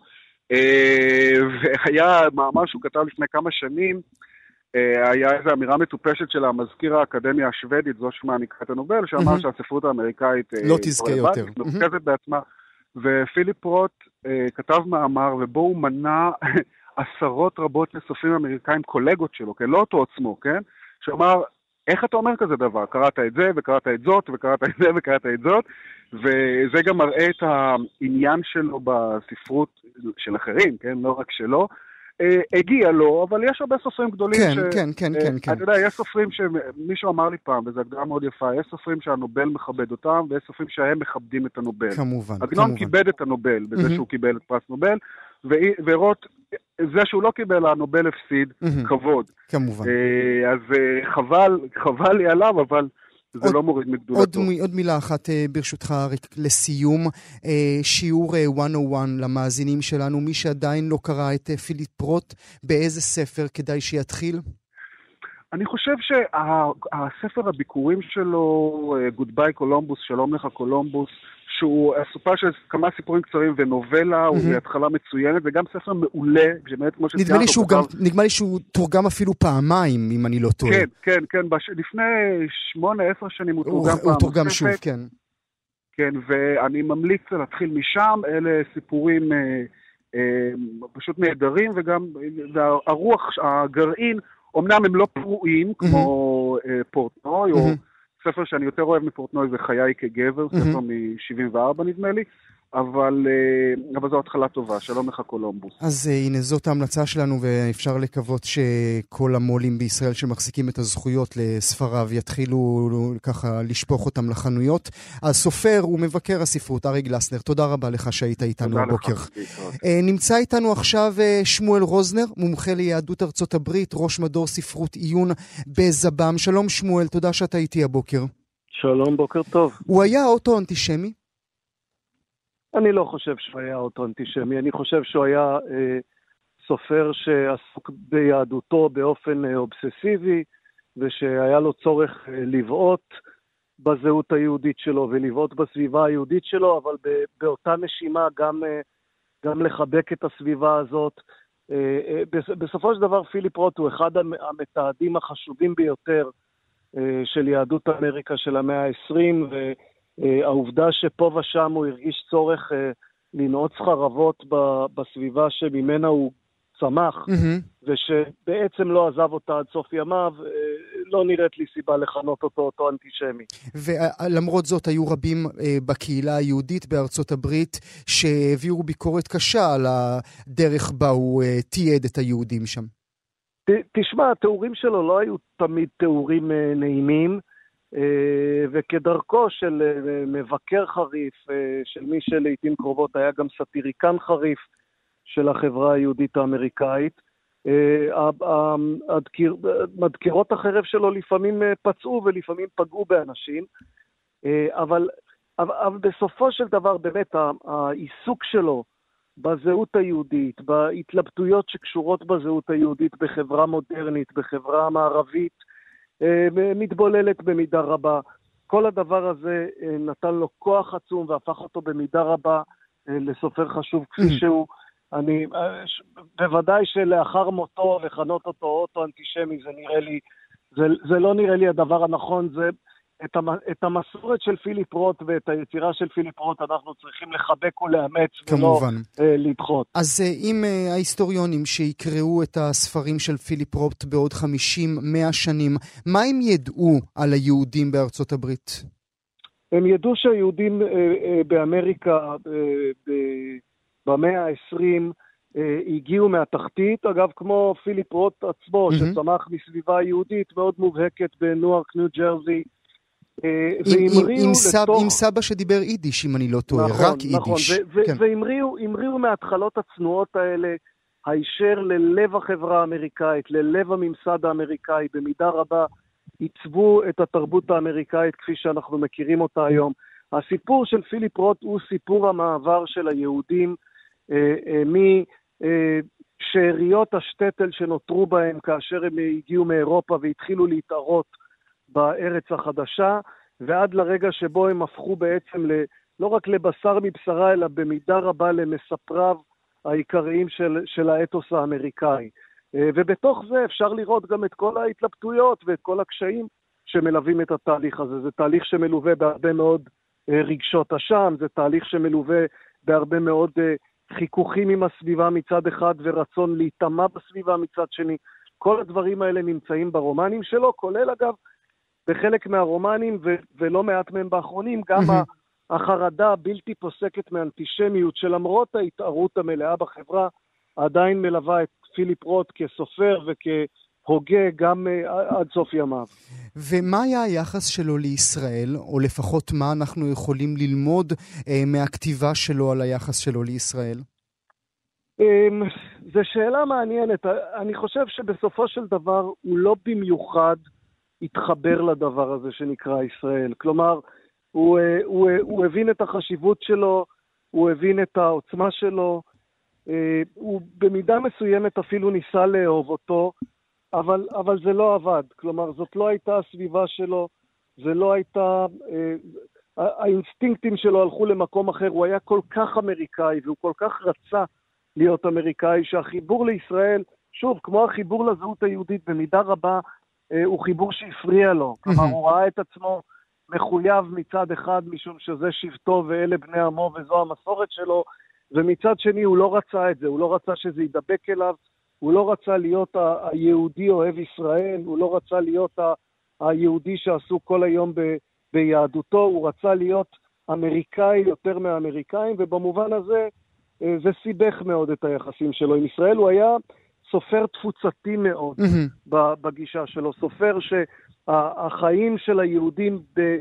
והיה מאמר שהוא כתב לפני כמה שנים, היה איזו אמירה מטופשת של המזכיר האקדמיה השוודית, זו שמעניקה את הנובל, שאמר שהספרות האמריקאית לא תזכה יותר. מרוכזת בעצמה, ופיליפ רוט כתב מאמר, ובו הוא מנה עשרות רבות של סופרים אמריקאים, קולגות שלו, כן? לא אותו עצמו, כן? שאמר, איך אתה אומר כזה דבר? קראת את זה, וקראת את זאת, וקראת את זה, וקראת את זאת, וזה גם מראה את העניין שלו בספרות של אחרים, כן? לא רק שלו, הגיע לו, אבל יש הרבה סופרים גדולים כן, ש... כן, כן, כן, כן. אתה יודע, יש סופרים שמישהו אמר לי פעם, וזו הגדרה מאוד יפה, יש סופרים שהנובל מכבד אותם, ויש סופרים שהם מכבדים את הנובל. כמובן, עגנון כמובן. כיבד את הנובל, בזה mm-hmm. שהוא קיבל את פרס נובל, ו... ורוט, זה שהוא לא קיבל, הנובל הפסיד mm-hmm. כבוד. כמובן. אז חבל, חבל לי עליו, אבל... זה עוד, לא מוריד מגדולתו. עוד, עוד מילה אחת ברשותך לסיום, שיעור מאה ואחת למאזינים שלנו, מי שעדיין לא קרא את פיליפ רוט, באיזה ספר כדאי שיתחיל? אני חושב שהספר הביקורים שלו, Goodbye קולומבוס, שלום לך קולומבוס, שהוא אסופה של כמה סיפורים קצרים ונובלה, הוא בהתחלה מצוינת, וגם ספר מעולה, שבאמת כמו שציינת... נדמה לי שהוא תורגם אפילו פעמיים, אם אני לא טועה. כן, כן, כן, לפני שמונה, עשר שנים הוא תורגם פעם. הוא תורגם שוב, כן. כן, ואני ממליץ להתחיל משם, אלה סיפורים פשוט נהדרים, וגם הרוח, הגרעין, אמנם הם לא פרועים, כמו פורטנוי, או... ספר שאני יותר אוהב מפורטנוי זה חיי כגבר, mm-hmm. ספר מ-שבעים וארבע נדמה לי, אבל, אבל זו התחלה טובה, שלום לך קולומבוס. אז הנה זאת ההמלצה שלנו, ואפשר לקוות שכל המולים בישראל שמחזיקים את הזכויות לספריו יתחילו ככה לשפוך אותם לחנויות. הסופר ומבקר הספרות, ארי גלסנר, תודה רבה לך שהיית איתנו הבוקר. נמצא איתנו עכשיו שמואל רוזנר, מומחה ליהדות ארצות הברית, ראש מדור ספרות עיון בזב"ם. שלום שמואל, תודה שאתה איתי הבוקר. שלום, בוקר טוב. הוא היה אוטו-אנטישמי? אני לא חושב שהוא היה אוטו-אנטישמי, אני חושב שהוא היה אה, סופר שעסוק ביהדותו באופן אה, אובססיבי, ושהיה לו צורך אה, לבעוט בזהות היהודית שלו, ולבעוט בסביבה היהודית שלו, אבל ב- באותה נשימה גם, אה, גם לחבק את הסביבה הזאת. אה, אה, בסופו של דבר פיליפ רוט הוא אחד המתעדים החשובים ביותר אה, של יהדות אמריקה של המאה ה-עשרים, ו... העובדה שפה ושם הוא הרגיש צורך לנעוץ חרבות בסביבה שממנה הוא צמח, mm-hmm. ושבעצם לא עזב אותה עד סוף ימיו, לא נראית לי סיבה לכנות אותו אותו אנטישמי. ולמרות זאת היו רבים בקהילה היהודית בארצות הברית שהעבירו ביקורת קשה על הדרך בה הוא תיעד את היהודים שם. תשמע, התיאורים שלו לא היו תמיד תיאורים נעימים, וכדרכו של מבקר חריף, של מי שלעיתים קרובות היה גם סטיריקן חריף של החברה היהודית האמריקאית, מדקרות החרב שלו לפעמים פצעו ולפעמים פגעו באנשים, אבל, אבל בסופו של דבר באמת העיסוק שלו בזהות היהודית, בהתלבטויות שקשורות בזהות היהודית בחברה מודרנית, בחברה מערבית, מתבוללת במידה רבה. כל הדבר הזה נתן לו כוח עצום והפך אותו במידה רבה לסופר חשוב כפי שהוא. אני, בוודאי שלאחר מותו לכנות אותו אוטו אנטישמי, זה נראה לי, זה, זה לא נראה לי הדבר הנכון, זה, את, המ, את המסורת של פיליפ רוט ואת היצירה של פיליפ רוט אנחנו צריכים לחבק ולאמץ כמובן. ולא אה, לדחות. אז אם אה, ההיסטוריונים שיקראו את הספרים של פיליפ רוט בעוד חמישים מאה שנים, מה הם ידעו על היהודים בארצות הברית? הם ידעו שהיהודים אה, אה, באמריקה אה, ב... במאה ה-עשרים אה, הגיעו מהתחתית, אגב כמו פיליפ רוט עצמו, mm-hmm. שצמח מסביבה יהודית מאוד מובהקת בניו-יורק, ניו ג'רזי, אה, והמריאו עם, לתוך... עם סבא שדיבר יידיש, אם אני לא טועה, נכון, רק נכון, יידיש. ו- כן. והמריאו, המריאו מההתחלות הצנועות האלה, הישר ללב החברה האמריקאית, ללב הממסד האמריקאי, במידה רבה עיצבו את התרבות האמריקאית כפי שאנחנו מכירים אותה היום. הסיפור של פיליפ רוט הוא סיפור המעבר של היהודים משאריות השטטל שנותרו בהם כאשר הם הגיעו מאירופה והתחילו להתערות בארץ החדשה, ועד לרגע שבו הם הפכו בעצם ל, לא רק לבשר מבשרה, אלא במידה רבה למספריו העיקריים של, של האתוס האמריקאי. ובתוך זה אפשר לראות גם את כל ההתלבטויות ואת כל הקשיים שמלווים את התהליך הזה. זה תהליך שמלווה בהרבה מאוד רגשות אשם, זה תהליך שמלווה בהרבה מאוד חיכוכים עם הסביבה מצד אחד ורצון להיטמע בסביבה מצד שני. כל הדברים האלה נמצאים ברומנים שלו, כולל אגב בחלק מהרומנים ו- ולא מעט מהם באחרונים, גם mm-hmm. החרדה הבלתי פוסקת מאנטישמיות שלמרות ההתערות המלאה בחברה, עדיין מלווה את פיליפ רוט כסופר וכהוגה גם uh, עד סוף ימיו. ומה היה היחס שלו לישראל, או לפחות מה אנחנו יכולים ללמוד אה, מהכתיבה שלו על היחס שלו לישראל? Um, זו שאלה מעניינת. אני חושב שבסופו של דבר הוא לא במיוחד התחבר לדבר הזה שנקרא ישראל. כלומר, הוא, הוא, הוא הבין את החשיבות שלו, הוא הבין את העוצמה שלו, הוא במידה מסוימת אפילו ניסה לאהוב אותו, אבל, אבל זה לא עבד. כלומר, זאת לא הייתה הסביבה שלו, זה לא הייתה... האינסטינקטים שלו הלכו למקום אחר, הוא היה כל כך אמריקאי, והוא כל כך רצה להיות אמריקאי, שהחיבור לישראל, שוב, כמו החיבור לזהות היהודית, במידה רבה, הוא חיבור שהפריע לו. כלומר, הוא ראה את עצמו מחויב מצד אחד, משום שזה שבטו ואלה בני עמו וזו המסורת שלו, ומצד שני הוא לא רצה את זה, הוא לא רצה שזה ידבק אליו, הוא לא רצה להיות ה- היהודי אוהב ישראל, הוא לא רצה להיות ה- היהודי שעסוק כל היום ב- ביהדותו, הוא רצה להיות אמריקאי יותר מהאמריקאים, ובמובן הזה זה סיבך מאוד את היחסים שלו עם ישראל. הוא היה סופר תפוצתי מאוד mm-hmm. בגישה שלו, סופר שהחיים של היהודים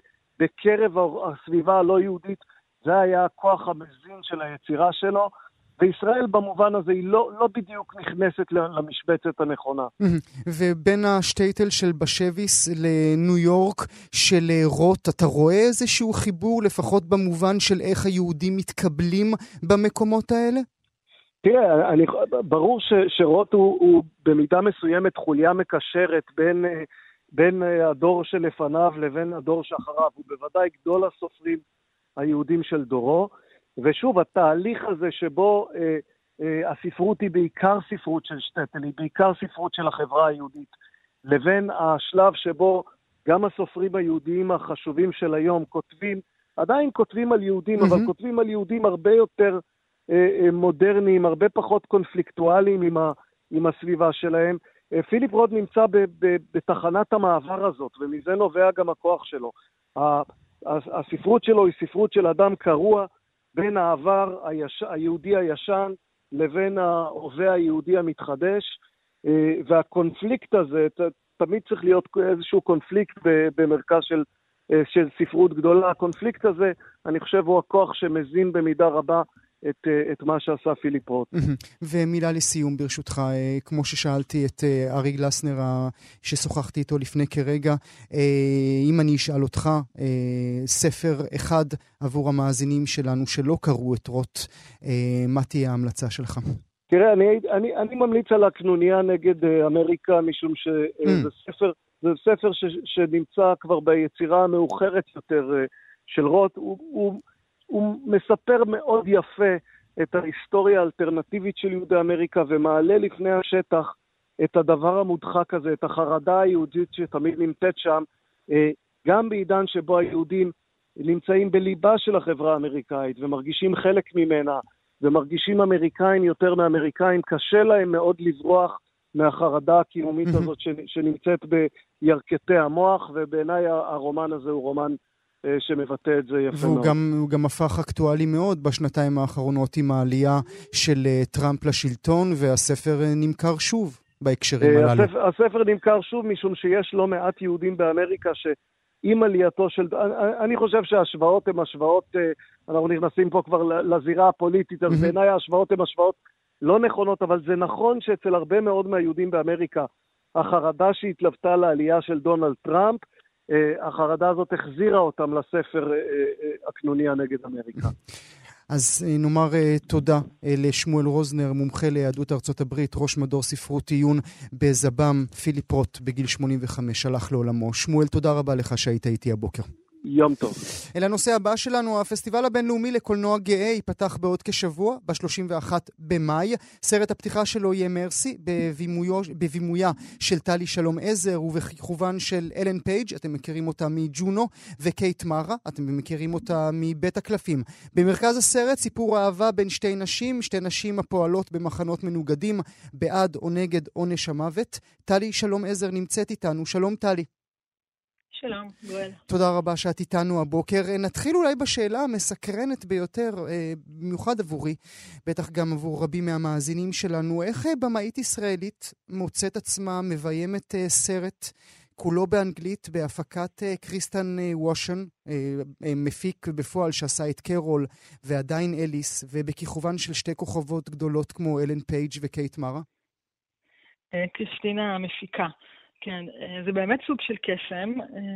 בקרב הסביבה הלא יהודית, זה היה הכוח המזין של היצירה שלו, וישראל במובן הזה היא לא, לא בדיוק נכנסת למשבצת הנכונה. ובין השטייטל של בשביס לניו יורק של רוט, אתה רואה איזשהו חיבור לפחות במובן של איך היהודים מתקבלים במקומות האלה? תראה, אני, ברור ש, שרוט הוא, הוא במידה מסוימת חוליה מקשרת בין, בין הדור שלפניו לבין הדור שאחריו. הוא בוודאי גדול הסופרים היהודים של דורו, ושוב, התהליך הזה שבו אה, אה, הספרות היא בעיקר ספרות של שטטל, היא בעיקר ספרות של החברה היהודית, לבין השלב שבו גם הסופרים היהודיים החשובים של היום כותבים, עדיין כותבים על יהודים, mm-hmm. אבל כותבים על יהודים הרבה יותר אה, אה, מודרניים, הרבה פחות קונפליקטואליים עם, ה, עם הסביבה שלהם. אה, פיליפ רוט נמצא ב, ב, בתחנת המעבר הזאת, ומזה נובע גם הכוח שלו. ה, הספרות שלו היא ספרות של אדם קרוע, בין העבר היש... היהודי הישן לבין ההווה היהודי המתחדש, והקונפליקט הזה, ת... תמיד צריך להיות איזשהו קונפליקט במרכז של, של ספרות גדולה. הקונפליקט הזה, אני חושב, הוא הכוח שמזין במידה רבה את, את מה שעשה פיליפ רוט. ומילה לסיום ברשותך, כמו ששאלתי את ארי גלסנר ששוחחתי איתו לפני כרגע, אם אני אשאל אותך ספר אחד עבור המאזינים שלנו שלא קראו את רוט, מה תהיה ההמלצה שלך? תראה, אני, אני, אני ממליץ על הקנוניה נגד אמריקה, משום שזה ספר, זה ספר ש, שנמצא כבר ביצירה המאוחרת יותר של רוט. הוא, הוא הוא מספר מאוד יפה את ההיסטוריה האלטרנטיבית של יהודי אמריקה ומעלה לפני השטח את הדבר המודחק הזה, את החרדה היהודית שתמיד נמצאת שם, גם בעידן שבו היהודים נמצאים בליבה של החברה האמריקאית ומרגישים חלק ממנה, ומרגישים אמריקאים יותר מאמריקאים, קשה להם מאוד לברוח מהחרדה הקיומית הזאת שנמצאת בירכתי המוח, ובעיניי הרומן הזה הוא רומן שמבטא את זה יפה מאוד. והוא גם הפך אקטואלי מאוד בשנתיים האחרונות עם העלייה של טראמפ לשלטון, והספר נמכר שוב בהקשרים הללו. הספר, הספר נמכר שוב משום שיש לא מעט יהודים באמריקה שעם עלייתו של... אני חושב שההשוואות הן השוואות, אנחנו נכנסים פה כבר לזירה הפוליטית, אז בעיניי ההשוואות הן השוואות לא נכונות, אבל זה נכון שאצל הרבה מאוד מהיהודים באמריקה, החרדה שהתלוותה לעלייה של דונלד טראמפ, החרדה הזאת החזירה אותם לספר הקנוניה נגד אמריקה. אז נאמר תודה לשמואל רוזנר, מומחה ליהדות ארצות הברית, ראש מדור ספרות עיון בזב"ם. פיליפ רוט בגיל שמונים וחמש הלך לעולמו. שמואל, תודה רבה לך שהיית איתי הבוקר. יום טוב. אל הנושא הבא שלנו, הפסטיבל הבינלאומי לקולנוע גאה ייפתח בעוד כשבוע, ב-שלושים ואחד במאי. סרט הפתיחה שלו יהיה מרסי, בבימויו, בבימויה של טלי שלום עזר ובכיכובן של אלן פייג', אתם מכירים אותה מג'ונו, וקייט מרה, אתם מכירים אותה מבית הקלפים. במרכז הסרט סיפור אהבה בין שתי נשים, שתי נשים הפועלות במחנות מנוגדים, בעד או נגד עונש המוות. טלי שלום עזר נמצאת איתנו. שלום טלי. שלום, גואל. תודה רבה שאת איתנו הבוקר. נתחיל אולי בשאלה המסקרנת ביותר, במיוחד עבורי, בטח גם עבור רבים מהמאזינים שלנו, איך במאית ישראלית מוצאת עצמה מביימת סרט כולו באנגלית בהפקת קריסטן וושן, מפיק בפועל שעשה את קרול ועדיין אליס, ובכיכובן של שתי כוכבות גדולות כמו אלן פייג' וקייט מרה? קריסטינה המפיקה. כן, זה באמת סוג של קסם.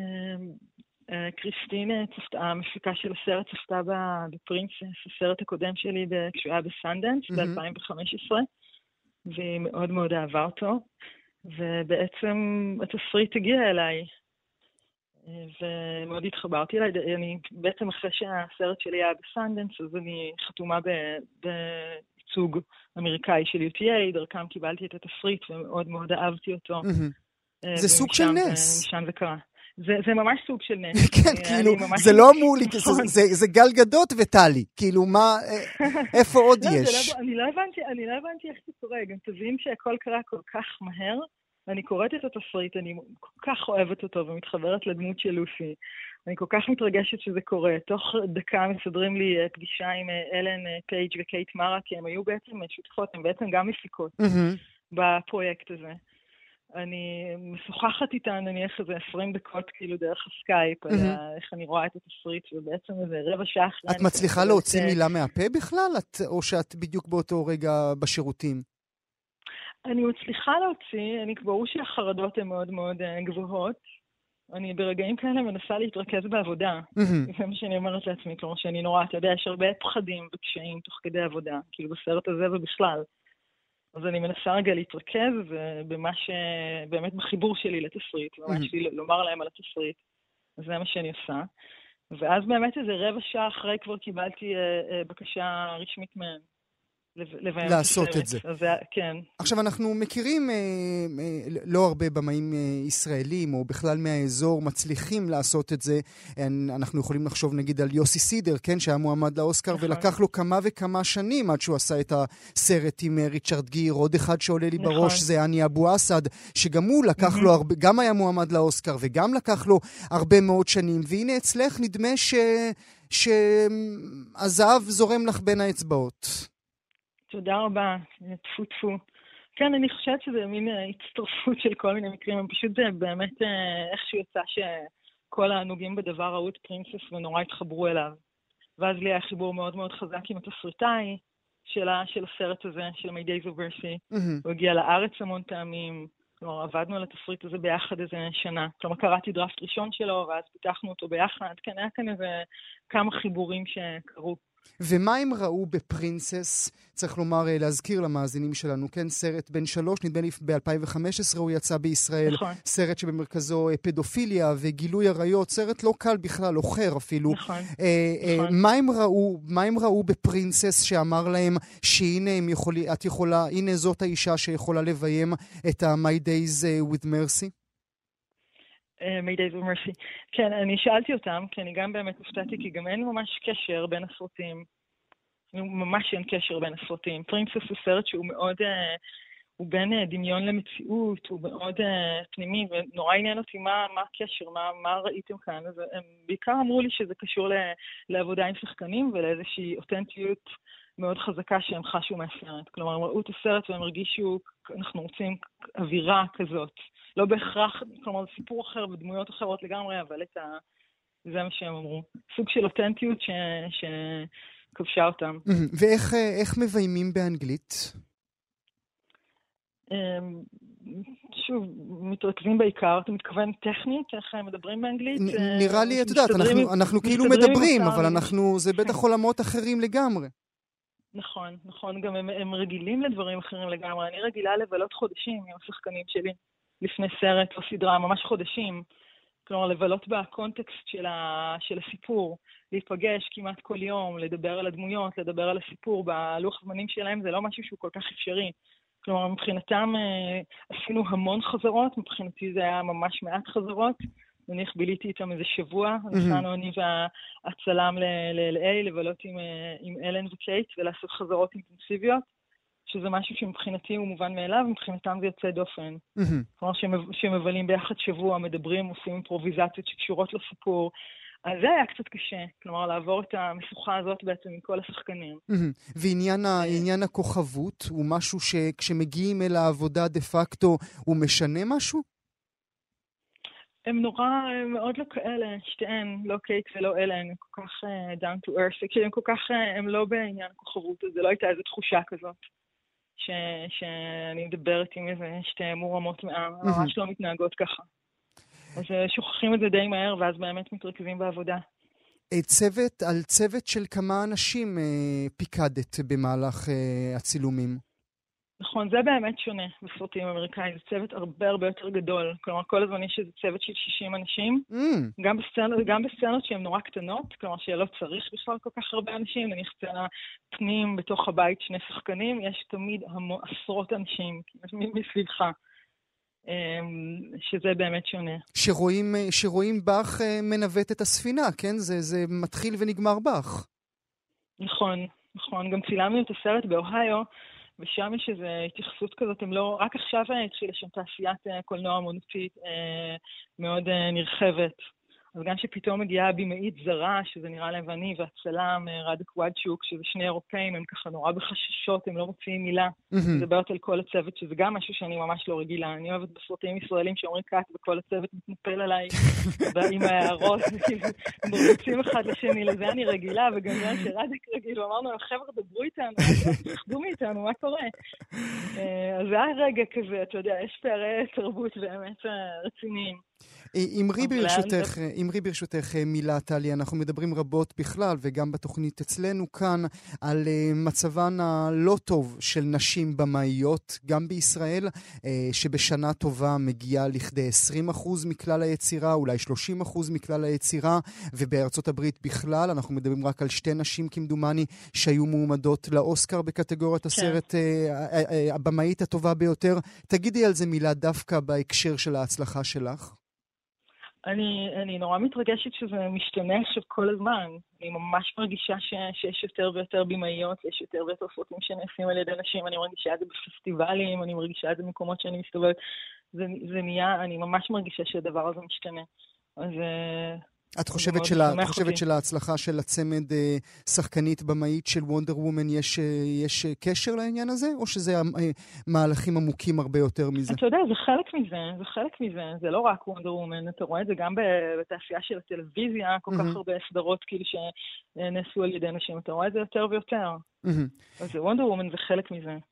קריסטין, המפיקה של הסרט, צפתה בפרינסס, הסרט הקודם שלי כשהוא היה בסנדנס ב-אלפיים וחמש עשרה, והיא מאוד מאוד אהבה אותו, ובעצם התסריט הגיע אליי, ומאוד התחברתי אליי. אני בעצם אחרי שהסרט שלי היה בסנדנס, אז אני חתומה בייצוג אמריקאי של יו טי איי, דרכם קיבלתי את התסריט ומאוד מאוד אהבתי אותו. זה סוג של נס. משם זה קרה. זה, זה ממש סוג של נס. כן, כאילו, זה לא אמור לי, זה גל גדות וטלי. כאילו, מה, איפה עוד יש? אני לא הבנתי, אני לא הבנתי איך זה קורה. גם תבין שהכל קרה כל כך מהר. אני קוראת את התסריט, אני כל כך אוהבת אותו ומתחברת לדמות של לוסי. אני כל כך מתרגשת שזה קורה. תוך דקה מסדרים לי פגישה עם אלן פייג' וקייט מרה, כי הם היו בעצם שותפות, הם בעצם גם מפיקות בפרויקט הזה. אני משוחחת איתה, נניח איזה עשרים דקות, כאילו דרך הסקייפ, על איך אני רואה את התסריט, ובעצם איזה רבע שעה. את מצליחה להוציא מילה מהפה בכלל, או שאת בדיוק באותו רגע בשירותים? אני מצליחה להוציא, אני ברור שהחרדות הן מאוד מאוד גבוהות. אני ברגעים כאלה מנסה להתרכז בעבודה. זה מה שאני אומרת לעצמי, כלומר שאני נורא, אתה יודע, יש הרבה פחדים וקשיים תוך כדי עבודה, כאילו בסרט הזה ובכלל. אז אני מנסה רגע להתרכז במה שבאמת בחיבור שלי לתסריט, ממש לומר להם על התסריט. אז זה מה שאני עושה. ואז באמת איזה רבע שעה אחרי כבר קיבלתי בקשה רשמית מהם. לעשות את זה. אז, כן. עכשיו אנחנו מכירים אה, אה, לא הרבה במאים אה, ישראלים או בכלל מהאזור מצליחים לעשות את זה. אנחנו יכולים לחשוב נגיד על יוסי סידר, כן, שהיה מועמד לאוסקר, נכון. ולקח לו כמה וכמה שנים עד שהוא עשה את הסרט עם ריצ'רד גיר. עוד אחד שעולה לי נכון. בראש זה אני אבו אסד, שגם הוא לקח mm-hmm. לו הרבה, גם היה מועמד לאוסקר וגם לקח לו הרבה מאוד שנים. והנה אצלך נדמה ש... שהזהב זורם לך בין האצבעות. תודה רבה, תפו תפו. כן, אני חושבת שזה מין הצטרפות של כל מיני מקרים, הם פשוט באמת איכשהו יצא שכל הנוגעים בדבר ראו את פרינסס ונורא התחברו אליו. ואז לי היה חיבור מאוד מאוד חזק עם התסריטאי של, של הסרט הזה, של My Days of Mercy. Mm-hmm. הוא הגיע לארץ המון פעמים, כלומר עבדנו על התסריט הזה ביחד איזה שנה. כלומר קראתי דראפט ראשון שלו ואז פיתחנו אותו ביחד. כן, היה כאן איזה כמה חיבורים שקרו. ומה הם ראו בפרינסס? צריך לומר, להזכיר למאזינים שלנו, כן? סרט בן שלוש, נדמה לי ב-אלפיים וחמש עשרה הוא יצא בישראל. נכון. סרט שבמרכזו פדופיליה וגילוי עריות, סרט לא קל בכלל, אוחר אפילו. נכון. אה, נכון. אה, מה הם ראו, מה הם ראו בפרינסס שאמר להם שהנה הם יכולים, את יכולה, הנה זאת האישה שיכולה לביים את ה-My Days with Mercy? May Days with Mercy. כן, אני שאלתי אותם, כי אני גם באמת הופתעתי, כי גם אין ממש קשר בין הסרטים. ממש אין קשר בין הסרטים. פרינסס הוא סרט שהוא מאוד, הוא בין דמיון למציאות, הוא מאוד פנימי, ונורא עניין אותי מה, מה הקשר, מה, מה ראיתם כאן. אז הם בעיקר אמרו לי שזה קשור לעבודה עם שחקנים ולאיזושהי אותנטיות מאוד חזקה שהם חשו מהסרט. כלומר, הם ראו את הסרט והם הרגישו, אנחנו רוצים אווירה כזאת. לא בהכרח, כלומר, זה סיפור אחר ודמויות אחרות לגמרי, אבל את ה... זה מה שהם אמרו. סוג של אותנטיות ש... שכבשה אותם. ואיך איך מביימים באנגלית? שוב, מתרכזים בעיקר. אתה מתכוון טכנית? איך הם מדברים באנגלית? נראה לי, את יודעת, אנחנו, אנחנו כאילו מדברים, אבל אנחנו, זה בטח עולמות אחרים לגמרי. נכון, נכון. גם הם, הם רגילים לדברים אחרים לגמרי. אני רגילה לבלות חודשים עם השחקנים שלי. לפני סרט או סדרה, ממש חודשים. כלומר, לבלות בקונטקסט של, ה... של הסיפור, להיפגש כמעט כל יום, לדבר על הדמויות, לדבר על הסיפור, בלוח זמנים שלהם זה לא משהו שהוא כל כך אפשרי. כלומר, מבחינתם עשינו המון חזרות, מבחינתי זה היה ממש מעט חזרות, נניח ביליתי איתם איזה שבוע, נסענו אני והצלם ל-אל איי, לבלות עם, עם אלן וקייט ולעשות חזרות אינטנסיביות, שזה משהו שמבחינתי הוא מובן מאליו, מבחינתם זה יוצא דופן. כלומר, שמבלים ביחד שבוע, מדברים, עושים אימפרוביזציות שקשורות לסיפור. אז זה היה קצת קשה, כלומר, לעבור את המשוכה הזאת בעצם עם כל השחקנים. ועניין הכוכבות הוא משהו שכשמגיעים אל העבודה דה פקטו, הוא משנה משהו? הם נורא מאוד לא כאלה, שתיהן, לא קייט ולא אלן, הם כל כך down to earth, כי הם כל כך, הם לא בעניין הכוכבות, אז זה לא הייתה איזו תחושה כזאת. ש, שאני מדברת עם איזה שתי מורמות מעם, ממש לא מתנהגות ככה. אז שוכחים את זה די מהר, ואז באמת מתרכזים בעבודה. צוות, על צוות של כמה אנשים אה, פיקדת במהלך אה, הצילומים? נכון, זה באמת שונה בסרטים אמריקאים, זה צוות הרבה הרבה יותר גדול. כלומר, כל הזמן יש איזה צוות של שישים אנשים, mm. גם בסצנות, גם בסצנות שהן נורא קטנות, כלומר שלא צריך בכלל כל כך הרבה אנשים, נניח סצנה פנים בתוך הבית שני שחקנים, יש תמיד המו, עשרות אנשים מסביבך, שזה באמת שונה. שרואים, שרואים בך מנווט את הספינה, כן? זה, זה מתחיל ונגמר בך. נכון, נכון. גם צילמנו את הסרט באוהיו, ושם יש איזו התייחסות כזאת, הם לא, רק עכשיו התחילה שם תעשיית קולנוע אמנותית מאוד נרחבת. אז גם שפתאום מגיעה בימאית זרה, שזה נראה להם, ואני והצלם רדק וואדשוק, שזה שני אירופאים, הם ככה נורא בחששות, הם לא מוציאים מילה. מדברת על כל הצוות, שזה גם משהו שאני ממש לא רגילה. אני אוהבת בסרטים ישראלים שאומרים קאט, וכל הצוות מתנפל עליי, עם ההערות, הם מרביצים אחד לשני, לזה אני רגילה, וגם גם שרדק רגיל, ואמרנו, חבר'ה, דברו איתנו, תחדו מאיתנו, מה קורה? אז זה היה רגע כזה, אתה יודע, יש פערי תרבות באמת רציניים. אמרי ברשותך, אמרי ברשותך מילה, טלי, אנחנו מדברים רבות בכלל וגם בתוכנית אצלנו כאן על מצבן הלא טוב של נשים במאיות, גם בישראל, שבשנה טובה מגיעה לכדי עשרים אחוז מכלל היצירה, אולי שלושים אחוז מכלל היצירה, ובארצות הברית בכלל, אנחנו מדברים רק על שתי נשים כמדומני שהיו מועמדות לאוסקר בקטגוריית הסרט הבמאית הטובה ביותר. תגידי על זה מילה דווקא בהקשר של ההצלחה שלך. אני, אני נורא מתרגשת שזה משתנה עכשיו כל הזמן. אני ממש מרגישה ש, שיש יותר ויותר בימאיות, יש יותר ויותר סרטים שנעשים על ידי נשים, אני מרגישה את זה בפסטיבלים, אני מרגישה את זה במקומות שאני מסתובבת. זה, זה נהיה, אני ממש מרגישה שהדבר הזה משתנה. אז את חושבת, שלה, את חושבת שלהצלחה של הצמד אה, שחקנית במאית של וונדר וומן יש, אה, יש קשר לעניין הזה? או שזה אה, מהלכים עמוקים הרבה יותר מזה? אתה יודע, זה חלק מזה, זה חלק מזה. זה לא רק וונדר וומן, אתה רואה את זה גם בתעשייה של הטלוויזיה, כל כך הרבה סדרות כאילו שנעשו על ידי נשים, אתה רואה את זה יותר ויותר. אז וונדר וומן זה חלק מזה.